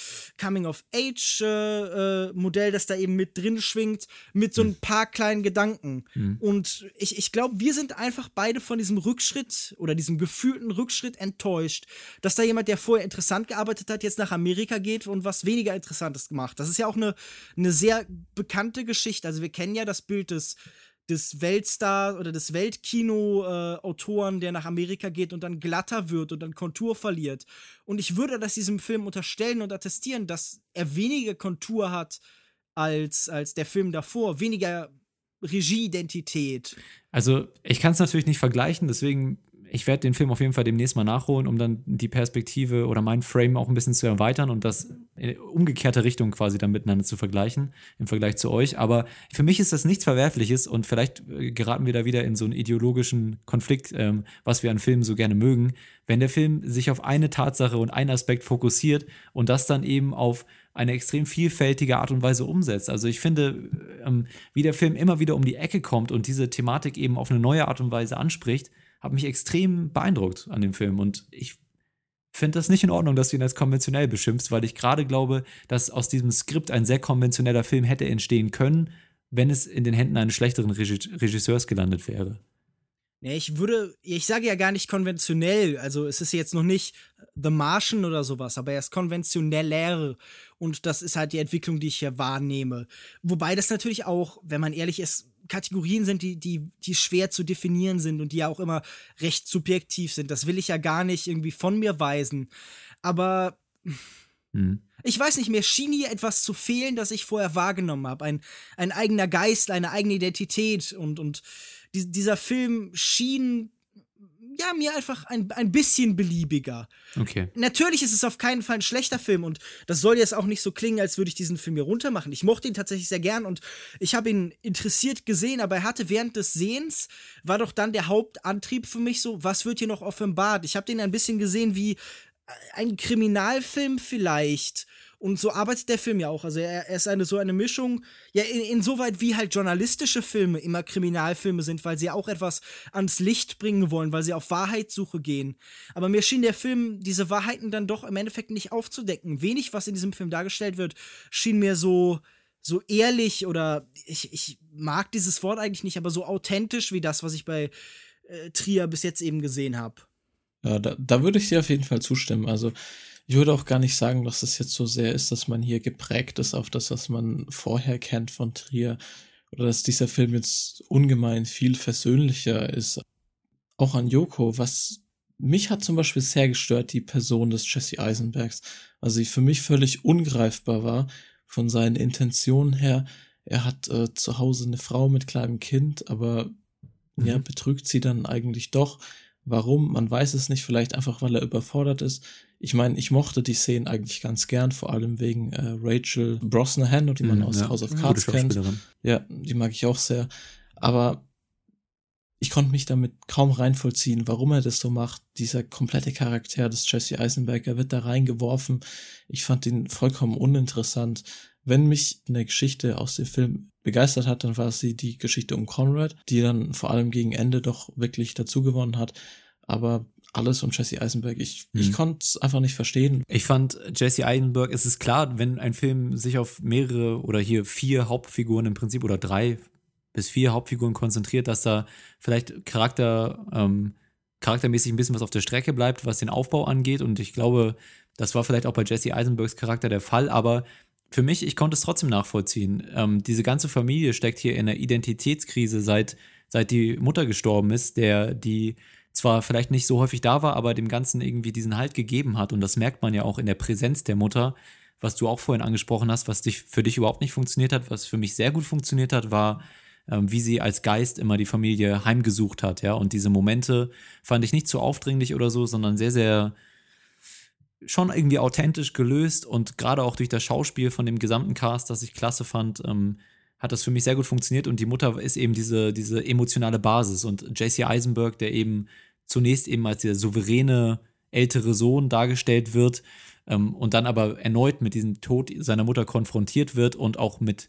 Coming-of-Age-Modell, das da eben mit drin schwingt, mit so ein paar kleinen Gedanken. Und ich glaube, wir sind einfach beide von diesem Rückschritt oder diesem gefühlten Rückschritt enttäuscht, dass da jemand, der vorher interessant gearbeitet hat, jetzt nach Amerika geht und was weniger Interessantes gemacht. Das ist ja auch eine sehr bekannte Geschichte. Also wir kennen ja das Bild des Weltstar oder des Weltkino-Autoren, der nach Amerika geht und dann glatter wird und dann Kontur verliert. Und ich würde das diesem Film unterstellen und attestieren, dass er weniger Kontur hat als der Film davor, weniger Regie-Identität. Also ich kann es natürlich nicht vergleichen, deswegen ich werde den Film auf jeden Fall demnächst mal nachholen, um dann die Perspektive oder mein Frame auch ein bisschen zu erweitern und das in umgekehrte Richtung quasi dann miteinander zu vergleichen, im Vergleich zu euch. Aber für mich ist das nichts Verwerfliches und vielleicht geraten wir da wieder in so einen ideologischen Konflikt, was wir an Filmen so gerne mögen, wenn der Film sich auf eine Tatsache und einen Aspekt fokussiert und das dann eben auf eine extrem vielfältige Art und Weise umsetzt. Also ich finde, wie der Film immer wieder um die Ecke kommt und diese Thematik eben auf eine neue Art und Weise anspricht, hat mich extrem beeindruckt an dem Film. Und ich finde das nicht in Ordnung, dass du ihn als konventionell beschimpfst, weil ich gerade glaube, dass aus diesem Skript ein sehr konventioneller Film hätte entstehen können, wenn es in den Händen eines schlechteren Regisseurs gelandet wäre. Nee, ich sage ja gar nicht konventionell, also es ist jetzt noch nicht The Martian oder sowas, aber er ist konventioneller und das ist halt die Entwicklung, die ich hier wahrnehme. Wobei das natürlich auch, wenn man ehrlich ist, Kategorien sind, die schwer zu definieren sind und die ja auch immer recht subjektiv sind. Das will ich ja gar nicht irgendwie von mir weisen. Aber ich weiß nicht, mir schien hier etwas zu fehlen, das ich vorher wahrgenommen habe. Ein eigener Geist, eine eigene Identität und dieser Film schien ja, mir einfach ein bisschen beliebiger. Okay. Natürlich ist es auf keinen Fall ein schlechter Film und das soll jetzt auch nicht so klingen, als würde ich diesen Film hier runtermachen. Ich mochte ihn tatsächlich sehr gern und ich habe ihn interessiert gesehen, aber er hatte während des Sehens, war doch dann der Hauptantrieb für mich so, was wird hier noch offenbart? Ich habe den ein bisschen gesehen wie ein Kriminalfilm vielleicht. Und so arbeitet der Film ja auch. Also er ist so eine Mischung, ja, insoweit wie halt journalistische Filme immer Kriminalfilme sind, weil sie ja auch etwas ans Licht bringen wollen, weil sie auf Wahrheitssuche gehen. Aber mir schien der Film diese Wahrheiten dann doch im Endeffekt nicht aufzudecken. Wenig, was in diesem Film dargestellt wird, schien mir so ehrlich oder ich mag dieses Wort eigentlich nicht, aber so authentisch wie das, was ich bei Trier bis jetzt eben gesehen habe. Ja, da würde ich dir auf jeden Fall zustimmen. Also ich würde auch gar nicht sagen, dass es jetzt so sehr ist, dass man hier geprägt ist auf das, was man vorher kennt von Trier. Oder dass dieser Film jetzt ungemein viel versöhnlicher ist. Auch an Yoko, was mich hat zum Beispiel sehr gestört, die Person des Jesse Eisenbergs. Also die für mich völlig ungreifbar war von seinen Intentionen her. Er hat zu Hause eine Frau mit kleinem Kind, aber ja, betrügt sie dann eigentlich doch. Warum? Man weiß es nicht, vielleicht einfach, weil er überfordert ist. Ich meine, ich mochte die Szenen eigentlich ganz gern, vor allem wegen Rachel Brosnahan, die man aus House of Cards kennt. Ja, die mag ich auch sehr. Aber ich konnte mich damit kaum reinvollziehen, warum er das so macht. Dieser komplette Charakter des Jesse Eisenberg, er wird da reingeworfen. Ich fand ihn vollkommen uninteressant. Wenn mich eine Geschichte aus dem Film begeistert hat, dann war es die Geschichte um Conrad, die dann vor allem gegen Ende doch wirklich dazu gewonnen hat. Aber alles um Jesse Eisenberg, ich konnte es einfach nicht verstehen. Ich fand Jesse Eisenberg, es ist klar, wenn ein Film sich auf mehrere oder hier 4 Hauptfiguren im Prinzip oder 3 bis 4 Hauptfiguren konzentriert, dass da vielleicht charaktermäßig ein bisschen was auf der Strecke bleibt, was den Aufbau angeht. Und ich glaube, das war vielleicht auch bei Jesse Eisenbergs Charakter der Fall, aber für mich, ich konnte es trotzdem nachvollziehen. Diese ganze Familie steckt hier in einer Identitätskrise, seit die Mutter gestorben ist, die zwar vielleicht nicht so häufig da war, aber dem Ganzen irgendwie diesen Halt gegeben hat. Und das merkt man ja auch in der Präsenz der Mutter, was du auch vorhin angesprochen hast, was für dich überhaupt nicht funktioniert hat. Was für mich sehr gut funktioniert hat, war, wie sie als Geist immer die Familie heimgesucht hat. Ja? Und diese Momente fand ich nicht zu aufdringlich oder so, sondern sehr, sehr schon irgendwie authentisch gelöst. Und gerade auch durch das Schauspiel von dem gesamten Cast, das ich klasse fand, hat das für mich sehr gut funktioniert. Und die Mutter ist eben diese emotionale Basis. Und Jesse Eisenberg, der eben zunächst eben als der souveräne ältere Sohn dargestellt wird und dann aber erneut mit diesem Tod seiner Mutter konfrontiert wird und auch mit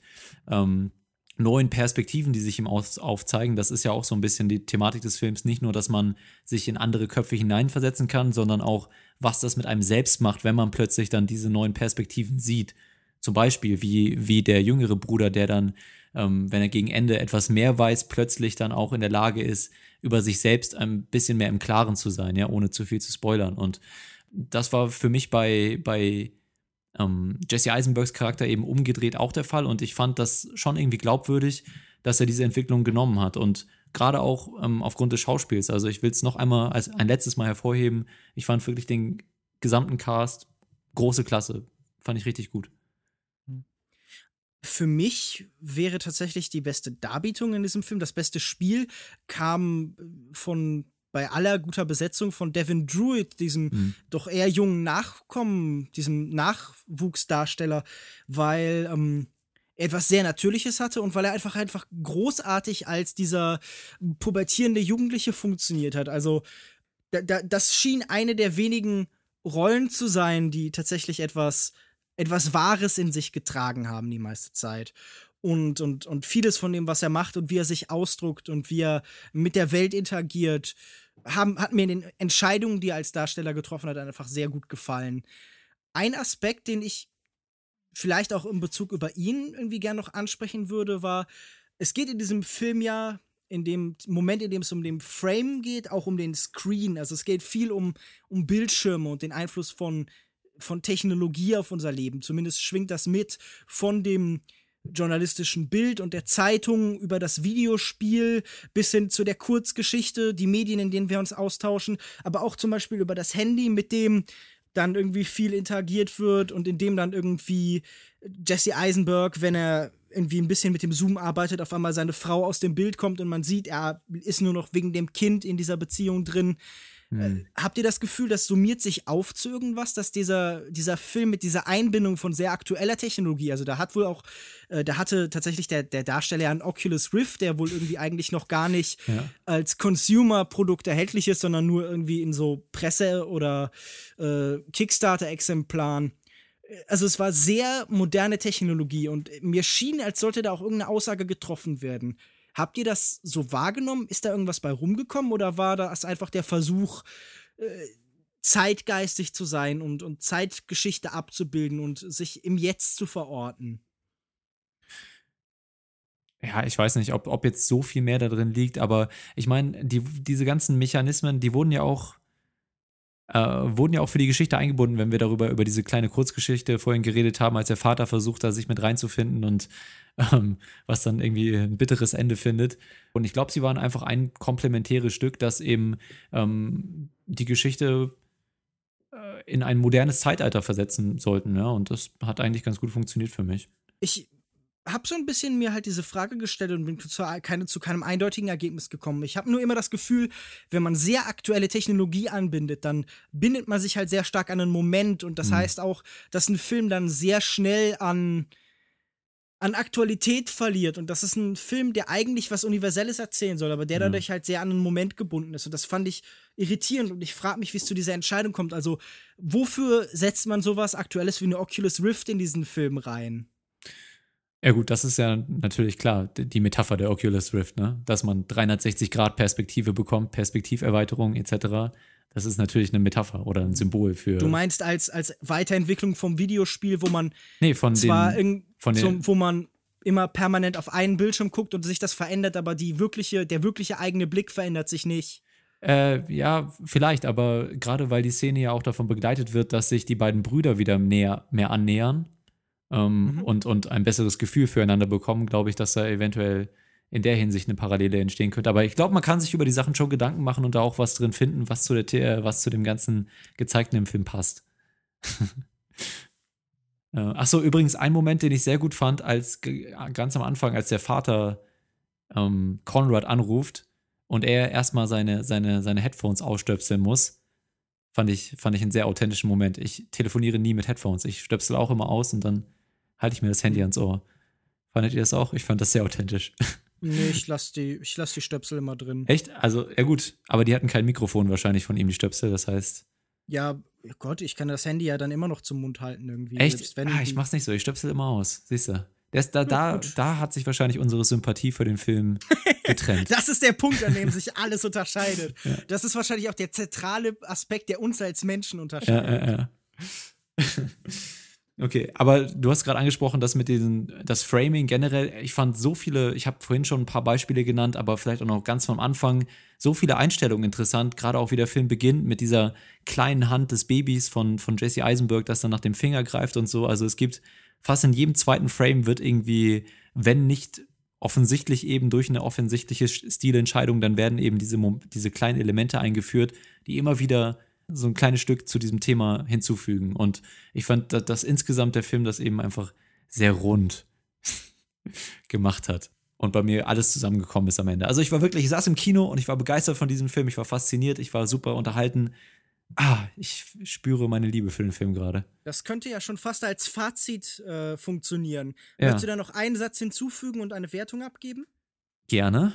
neuen Perspektiven, die sich ihm aufzeigen. Das ist ja auch so ein bisschen die Thematik des Films. Nicht nur, dass man sich in andere Köpfe hineinversetzen kann, sondern auch, was das mit einem selbst macht, wenn man plötzlich dann diese neuen Perspektiven sieht. Zum Beispiel wie der jüngere Bruder, der dann, wenn er gegen Ende etwas mehr weiß, plötzlich dann auch in der Lage ist, über sich selbst ein bisschen mehr im Klaren zu sein, ja, ohne zu viel zu spoilern. Und das war für mich bei Jesse Eisenbergs Charakter eben umgedreht auch der Fall. Und ich fand das schon irgendwie glaubwürdig, dass er diese Entwicklung genommen hat. Und gerade auch aufgrund des Schauspiels. Also ich will es noch einmal als ein letztes Mal hervorheben. Ich fand wirklich den gesamten Cast große Klasse. Fand ich richtig gut. Für mich wäre tatsächlich die beste Darbietung in diesem Film, das beste Spiel kam bei aller guter Besetzung von Devin Druid, diesem doch eher jungen Nachkommen, diesem Nachwuchsdarsteller, weil er etwas sehr Natürliches hatte und weil er einfach großartig als dieser pubertierende Jugendliche funktioniert hat. Also das schien eine der wenigen Rollen zu sein, die tatsächlich etwas Wahres in sich getragen haben die meiste Zeit. Und vieles von dem, was er macht und wie er sich ausdrückt und wie er mit der Welt interagiert, hat mir in den Entscheidungen, die er als Darsteller getroffen hat, einfach sehr gut gefallen. Ein Aspekt, den ich vielleicht auch in Bezug über ihn irgendwie gern noch ansprechen würde, war, es geht in diesem Film ja in dem Moment, in dem es um den Frame geht, auch um den Screen. Also es geht viel um Bildschirme und den Einfluss von Technologie auf unser Leben. Zumindest schwingt das mit von dem journalistischen Bild und der Zeitung über das Videospiel bis hin zu der Kurzgeschichte, die Medien, in denen wir uns austauschen, aber auch zum Beispiel über das Handy, mit dem dann irgendwie viel interagiert wird und in dem dann irgendwie Jesse Eisenberg, wenn er irgendwie ein bisschen mit dem Zoom arbeitet, auf einmal seine Frau aus dem Bild kommt und man sieht, er ist nur noch wegen dem Kind in dieser Beziehung drin. Habt ihr das Gefühl, das summiert sich auf zu irgendwas, dass dieser Film mit dieser Einbindung von sehr aktueller Technologie, also da hatte tatsächlich der Darsteller einen Oculus Rift, der wohl irgendwie eigentlich noch gar nicht als Consumer-Produkt erhältlich ist, sondern nur irgendwie in so Presse- oder Kickstarter-Exemplaren. Also es war sehr moderne Technologie und mir schien, als sollte da auch irgendeine Aussage getroffen werden. Habt ihr das so wahrgenommen? Ist da irgendwas bei rumgekommen oder war das einfach der Versuch, zeitgeistig zu sein und Zeitgeschichte abzubilden und sich im Jetzt zu verorten? Ja, ich weiß nicht, ob jetzt so viel mehr da drin liegt, aber ich meine, diese ganzen Mechanismen, die wurden ja auch für die Geschichte eingebunden, wenn wir über diese kleine Kurzgeschichte vorhin geredet haben, als der Vater versucht, da sich mit reinzufinden und was dann irgendwie ein bitteres Ende findet. Und ich glaube, sie waren einfach ein komplementäres Stück, das eben die Geschichte in ein modernes Zeitalter versetzen sollten. Ja? Und das hat eigentlich ganz gut funktioniert für mich. Ich habe so ein bisschen mir halt diese Frage gestellt und bin zu keinem eindeutigen Ergebnis gekommen. Ich habe nur immer das Gefühl, wenn man sehr aktuelle Technologie anbindet, dann bindet man sich halt sehr stark an einen Moment und das heißt auch, dass ein Film dann sehr schnell an an Aktualität verliert. Und das ist ein Film, der eigentlich was Universelles erzählen soll, aber der dadurch halt sehr an einen Moment gebunden ist. Und das fand ich irritierend. Und ich frage mich, wie es zu dieser Entscheidung kommt. Also, wofür setzt man sowas Aktuelles wie eine Oculus Rift in diesen Film rein? Ja gut, das ist ja natürlich klar, die Metapher der Oculus Rift, ne? Dass man 360-Grad-Perspektive bekommt, Perspektiverweiterung etc. Das ist natürlich eine Metapher oder ein Symbol für. Du meinst als Weiterentwicklung vom Videospiel, wo man wo man immer permanent auf einen Bildschirm guckt und sich das verändert, aber der wirkliche eigene Blick verändert sich nicht. Ja, vielleicht, aber gerade weil die Szene ja auch davon begleitet wird, dass sich die beiden Brüder wieder mehr annähern und ein besseres Gefühl füreinander bekommen, glaube ich, dass da eventuell in der Hinsicht eine Parallele entstehen könnte. Aber ich glaube, man kann sich über die Sachen schon Gedanken machen und da auch was drin finden, was zu dem ganzen Gezeigten im Film passt. Achso, übrigens ein Moment, den ich sehr gut fand, als ganz am Anfang, als der Vater Conrad anruft und er erstmal seine Headphones ausstöpseln muss, fand ich einen sehr authentischen Moment. Ich telefoniere nie mit Headphones. Ich stöpsel auch immer aus und dann halte ich mir das Handy ans Ohr. Fandet ihr das auch? Ich fand das sehr authentisch. Nee, ich lass die Stöpsel immer drin. Echt? Also, ja gut. Aber die hatten kein Mikrofon wahrscheinlich von ihm, die Stöpsel. Das heißt. Ja, Gott, ich kann das Handy ja dann immer noch zum Mund halten irgendwie. Echt? Ich mach's nicht so. Ich stöpsel immer aus. Siehst du? Da hat sich wahrscheinlich unsere Sympathie für den Film getrennt. Das ist der Punkt, an dem sich alles unterscheidet. Ja. Das ist wahrscheinlich auch der zentrale Aspekt, der uns als Menschen unterscheidet. Ja. Okay, aber du hast gerade angesprochen, dass das Framing generell, ich fand ich habe vorhin schon ein paar Beispiele genannt, aber vielleicht auch noch ganz vom Anfang, so viele Einstellungen interessant, gerade auch wie der Film beginnt mit dieser kleinen Hand des Babys von Jesse Eisenberg, das dann nach dem Finger greift und so. Also es gibt fast in jedem zweiten Frame wird irgendwie, wenn nicht offensichtlich eben durch eine offensichtliche Stilentscheidung, dann werden eben diese kleinen Elemente eingeführt, die immer wieder so ein kleines Stück zu diesem Thema hinzufügen. Und ich fand, dass insgesamt der Film das eben einfach sehr rund gemacht hat. Und bei mir alles zusammengekommen ist am Ende. Also ich saß im Kino und ich war begeistert von diesem Film. Ich war fasziniert, ich war super unterhalten. Ich spüre meine Liebe für den Film gerade. Das könnte ja schon fast als Fazit funktionieren. Ja. Möchtest du da noch einen Satz hinzufügen und eine Wertung abgeben? Gerne.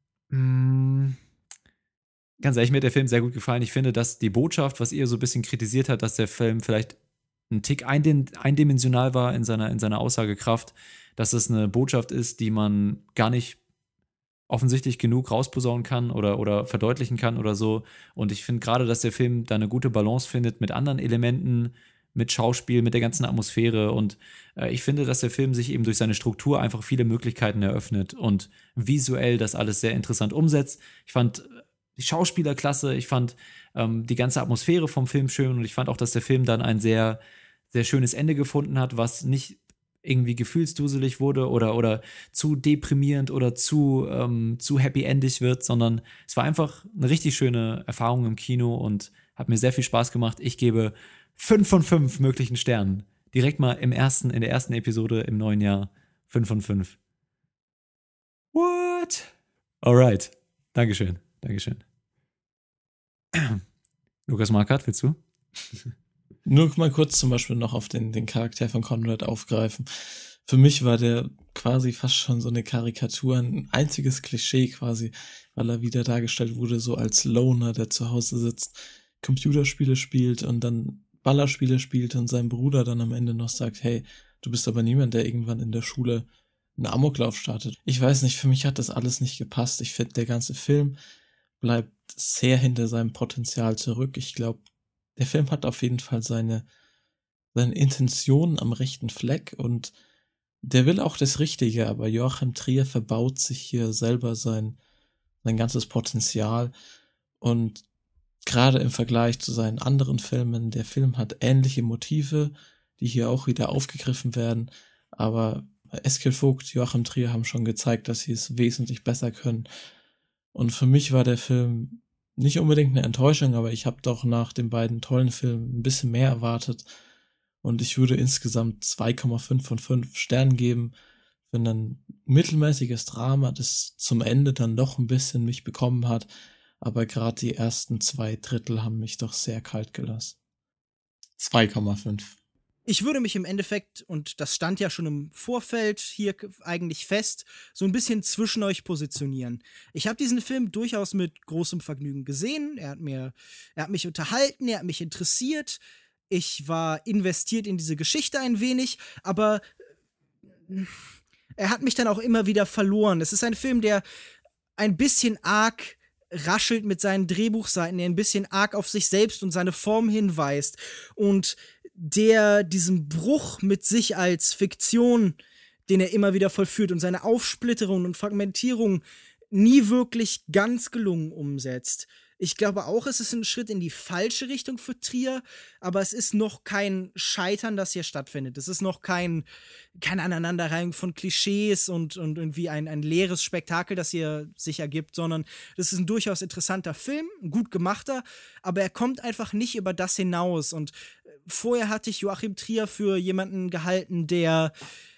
Ganz ehrlich, mir hat der Film sehr gut gefallen. Ich finde, dass die Botschaft, was ihr so ein bisschen kritisiert habt, dass der Film vielleicht ein Tick eindimensional war in seiner Aussagekraft, dass es eine Botschaft ist, die man gar nicht offensichtlich genug rausposaunen kann oder verdeutlichen kann oder so. Und ich finde gerade, dass der Film da eine gute Balance findet mit anderen Elementen, mit Schauspiel, mit der ganzen Atmosphäre. Und ich finde, dass der Film sich eben durch seine Struktur einfach viele Möglichkeiten eröffnet und visuell das alles sehr interessant umsetzt. Ich fand die Schauspieler klasse, ich fand die ganze Atmosphäre vom Film schön und ich fand auch, dass der Film dann ein sehr, sehr schönes Ende gefunden hat, was nicht irgendwie gefühlsduselig wurde oder zu deprimierend oder zu happy-endig wird, sondern es war einfach eine richtig schöne Erfahrung im Kino und hat mir sehr viel Spaß gemacht. Ich gebe 5 von 5 möglichen Sternen. Direkt mal in der ersten Episode im neuen Jahr 5 von 5. What? Alright. Dankeschön. Lukas Markert, willst du? Nur mal kurz zum Beispiel noch auf den Charakter von Conrad aufgreifen. Für mich war der quasi fast schon so eine Karikatur, ein einziges Klischee quasi, weil er wieder dargestellt wurde so als Loner, der zu Hause sitzt, Computerspiele spielt und dann Ballerspiele spielt und sein Bruder dann am Ende noch sagt, hey, du bist aber niemand, der irgendwann in der Schule einen Amoklauf startet. Ich weiß nicht, für mich hat das alles nicht gepasst. Ich finde, der ganze Film bleibt sehr hinter seinem Potenzial zurück. Ich glaube, der Film hat auf jeden Fall seine Intentionen am rechten Fleck und der will auch das Richtige, aber Joachim Trier verbaut sich hier selber sein ganzes Potenzial und gerade im Vergleich zu seinen anderen Filmen, der Film hat ähnliche Motive, die hier auch wieder aufgegriffen werden, aber Eskil Vogt, Joachim Trier haben schon gezeigt, dass sie es wesentlich besser können. Und für mich war der Film nicht unbedingt eine Enttäuschung, aber ich habe doch nach den beiden tollen Filmen ein bisschen mehr erwartet. Und ich würde insgesamt 2,5 von 5 Sternen geben für ein mittelmäßiges Drama, das zum Ende dann doch ein bisschen mich bekommen hat. Aber gerade die ersten 2 Drittel haben mich doch sehr kalt gelassen. 2,5. Ich würde mich im Endeffekt, und das stand ja schon im Vorfeld hier eigentlich fest, so ein bisschen zwischen euch positionieren. Ich habe diesen Film durchaus mit großem Vergnügen gesehen. Er hat mich unterhalten, er hat mich interessiert. Ich war investiert in diese Geschichte ein wenig, aber er hat mich dann auch immer wieder verloren. Es ist ein Film, der ein bisschen arg raschelt mit seinen Drehbuchseiten, der ein bisschen arg auf sich selbst und seine Form hinweist und der diesen Bruch mit sich als Fiktion, den er immer wieder vollführt und seine Aufsplitterung und Fragmentierung nie wirklich ganz gelungen umsetzt. Ich glaube auch, es ist ein Schritt in die falsche Richtung für Trier, aber es ist noch kein Scheitern, das hier stattfindet. Es ist noch keine Aneinanderreihung von Klischees und irgendwie ein leeres Spektakel, das hier sich ergibt, sondern das ist ein durchaus interessanter Film, ein gut gemachter, aber er kommt einfach nicht über das hinaus. Und vorher hatte ich Joachim Trier für jemanden gehalten, der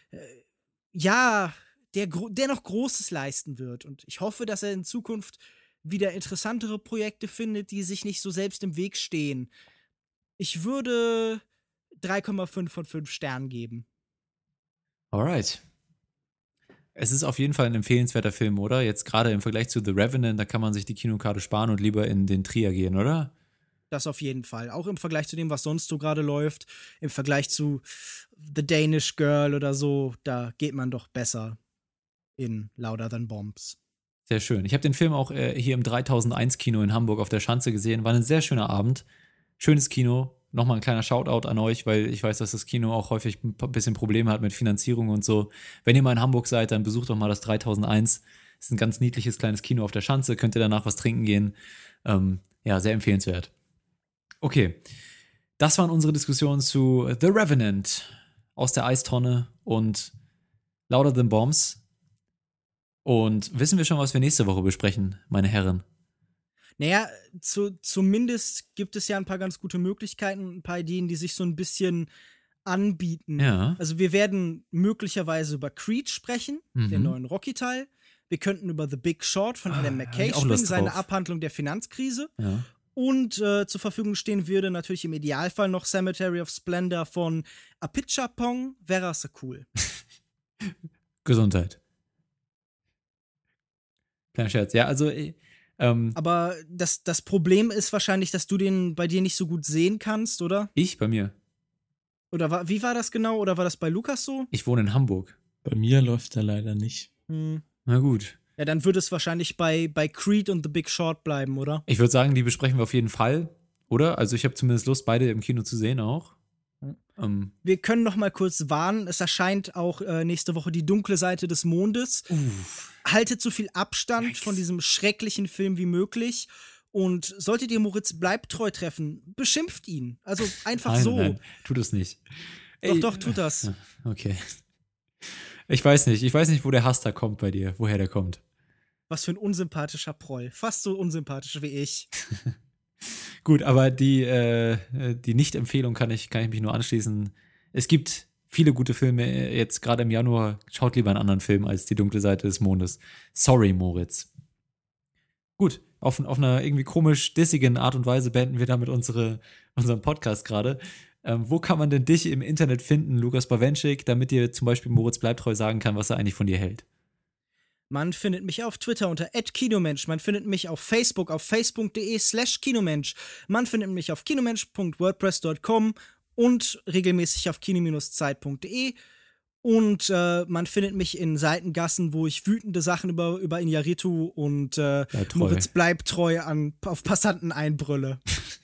noch Großes leisten wird. Und ich hoffe, dass er in Zukunft wieder interessantere Projekte findet, die sich nicht so selbst im Weg stehen. Ich würde 3,5 von 5 Sternen geben. Alright. Es ist auf jeden Fall ein empfehlenswerter Film, oder? Jetzt gerade im Vergleich zu The Revenant, da kann man sich die Kinokarte sparen und lieber in den Trier gehen, oder? Das auf jeden Fall. Auch im Vergleich zu dem, was sonst so gerade läuft, im Vergleich zu The Danish Girl oder so, da geht man doch besser in Louder Than Bombs. Sehr schön. Ich habe den Film auch hier im 3001 Kino in Hamburg auf der Schanze gesehen. War ein sehr schöner Abend. Schönes Kino. Nochmal ein kleiner Shoutout an euch, weil ich weiß, dass das Kino auch häufig ein bisschen Probleme hat mit Finanzierung und so. Wenn ihr mal in Hamburg seid, dann besucht doch mal das 3001. Ist ein ganz niedliches kleines Kino auf der Schanze. Könnt ihr danach was trinken gehen. Ja, sehr empfehlenswert. Okay. Das waren unsere Diskussionen zu The Revenant aus der Eistonne und Louder Than Bombs. Und wissen wir schon, was wir nächste Woche besprechen, meine Herren? Naja, zumindest gibt es ja ein paar ganz gute Möglichkeiten, ein paar Ideen, die sich so ein bisschen anbieten. Ja. Also wir werden möglicherweise über Creed sprechen, den neuen Rocky-Teil. Wir könnten über The Big Short von Adam McKay sprechen, seine Abhandlung der Finanzkrise. Ja. Und zur Verfügung stehen würde natürlich im Idealfall noch Cemetery of Splendor von Apichatpong. Wäre so cool. Gesundheit. Kleiner Scherz. Ja, also aber das Problem ist wahrscheinlich, dass du den bei dir nicht so gut sehen kannst, oder? Ich bei mir. Oder wie war das genau? Oder war das bei Lukas so? Ich wohne in Hamburg. Bei mir läuft er leider nicht. Na gut. Ja, dann würde es wahrscheinlich bei Creed und The Big Short bleiben, oder? Ich würde sagen, die besprechen wir auf jeden Fall, oder? Also ich habe zumindest Lust, beide im Kino zu sehen auch. Wir können noch mal kurz warnen, es erscheint auch nächste Woche Die dunkle Seite des Mondes. Haltet so viel Abstand von diesem schrecklichen Film wie möglich. Und solltet ihr Moritz Bleibtreu treffen, beschimpft ihn. Also einfach Nein, tut es nicht. Doch, tut das. Okay. Ich weiß nicht, wo der Hass da kommt bei dir, woher der kommt. Was für ein unsympathischer Proll. Fast so unsympathisch wie ich. Gut, aber die Nicht-Empfehlung kann ich mich nur anschließen. Es gibt viele gute Filme jetzt gerade im Januar. Schaut lieber einen anderen Film als Die dunkle Seite des Mondes. Sorry, Moritz. Gut, auf einer irgendwie komisch dissigen Art und Weise beenden wir damit unseren Podcast gerade. Wo kann man denn dich im Internet finden, Lukas Bawenschik, damit dir zum Beispiel Moritz Bleibtreu sagen kann, was er eigentlich von dir hält? Man findet mich auf Twitter unter @Kinomensch. Man findet mich auf Facebook auf facebook.de/Kinomensch. Man findet mich auf kinomensch.wordpress.com und regelmäßig auf kino-zeit.de. Und man findet mich in Seitengassen, wo ich wütende Sachen über Iñárritu und Moritz Bleibtreu auf Passanten einbrülle.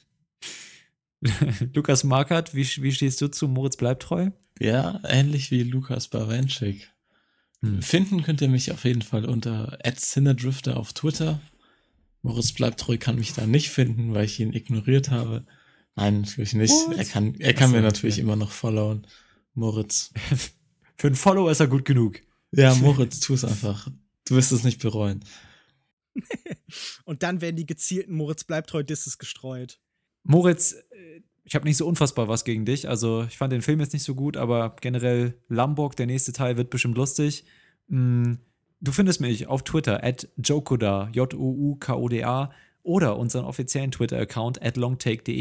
Lukas Markert, wie stehst du zu Moritz Bleibtreu? Ja, ähnlich wie Lukas Bawenschik. Finden könnt ihr mich auf jeden Fall unter @Cinedrifter auf Twitter. Moritz Bleibtreu kann mich da nicht finden, weil ich ihn ignoriert habe. Nein, natürlich nicht. What? Er kann mir natürlich immer noch followen. Moritz. Für einen Follower ist er gut genug. Ja, Moritz, tu es einfach. Du wirst es nicht bereuen. Und dann werden die gezielten Moritz Bleibtreu-Disses gestreut. Moritz, ich habe nicht so unfassbar was gegen dich. Also ich fand den Film jetzt nicht so gut, aber generell Lombok, der nächste Teil, wird bestimmt lustig. Du findest mich auf Twitter @Joukoda, Joukoda, oder unseren offiziellen Twitter-Account @longtake.de.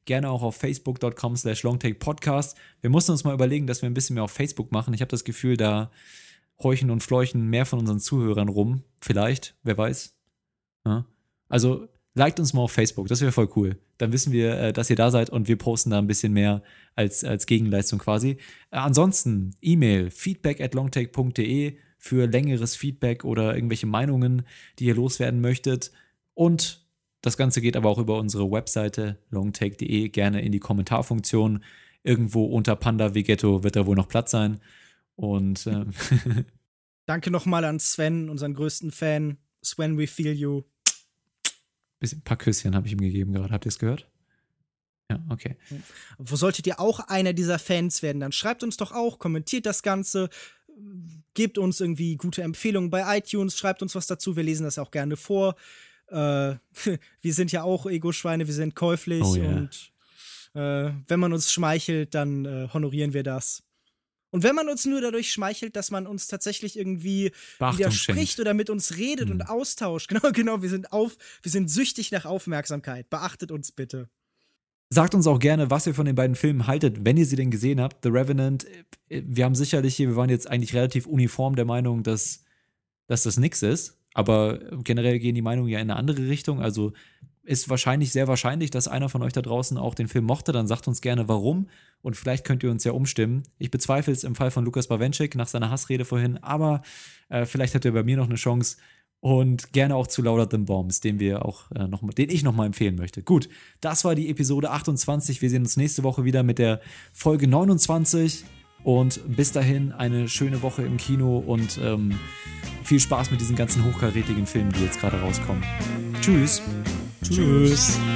Gerne auch auf facebook.com/longtakepodcast. Wir mussten uns mal überlegen, dass wir ein bisschen mehr auf Facebook machen. Ich habe das Gefühl, da horchen und fleuchen mehr von unseren Zuhörern rum. Vielleicht, wer weiß. Ja. Also liked uns mal auf Facebook, das wäre voll cool. Dann wissen wir, dass ihr da seid und wir posten da ein bisschen mehr als Gegenleistung quasi. Ansonsten E-Mail feedback@longtake.de für längeres Feedback oder irgendwelche Meinungen, die ihr loswerden möchtet. Und das Ganze geht aber auch über unsere Webseite longtake.de, gerne in die Kommentarfunktion. Irgendwo unter Panda Vegetto wird da wohl noch Platz sein. Und danke nochmal an Sven, unseren größten Fan. Sven, we feel you. Ein paar Küsschen habe ich ihm gegeben gerade. Habt ihr es gehört? Ja, okay. Wo solltet ihr auch einer dieser Fans werden, dann schreibt uns doch auch, kommentiert das Ganze, gebt uns irgendwie gute Empfehlungen bei iTunes, schreibt uns was dazu, wir lesen das auch gerne vor. Wir sind ja auch Ego-Schweine, wir sind käuflich und wenn man uns schmeichelt, dann honorieren wir das. Und wenn man uns nur dadurch schmeichelt, dass man uns tatsächlich irgendwie widerspricht oder mit uns redet und austauscht. Genau, wir sind süchtig nach Aufmerksamkeit. Beachtet uns bitte. Sagt uns auch gerne, was ihr von den beiden Filmen haltet, wenn ihr sie denn gesehen habt. The Revenant, wir waren jetzt eigentlich relativ uniform der Meinung, dass das nix ist. Aber generell gehen die Meinungen ja in eine andere Richtung. Also ist sehr wahrscheinlich, dass einer von euch da draußen auch den Film mochte. Dann sagt uns gerne, warum. Und vielleicht könnt ihr uns ja umstimmen. Ich bezweifle es im Fall von Lukas Bawenschik nach seiner Hassrede vorhin. Aber vielleicht hat er bei mir noch eine Chance. Und gerne auch zu Louder Than Bombs, den ich nochmal empfehlen möchte. Gut, das war die Episode 28. Wir sehen uns nächste Woche wieder mit der Folge 29. Und bis dahin eine schöne Woche im Kino und viel Spaß mit diesen ganzen hochkarätigen Filmen, die jetzt gerade rauskommen. Tschüss. Tschüss.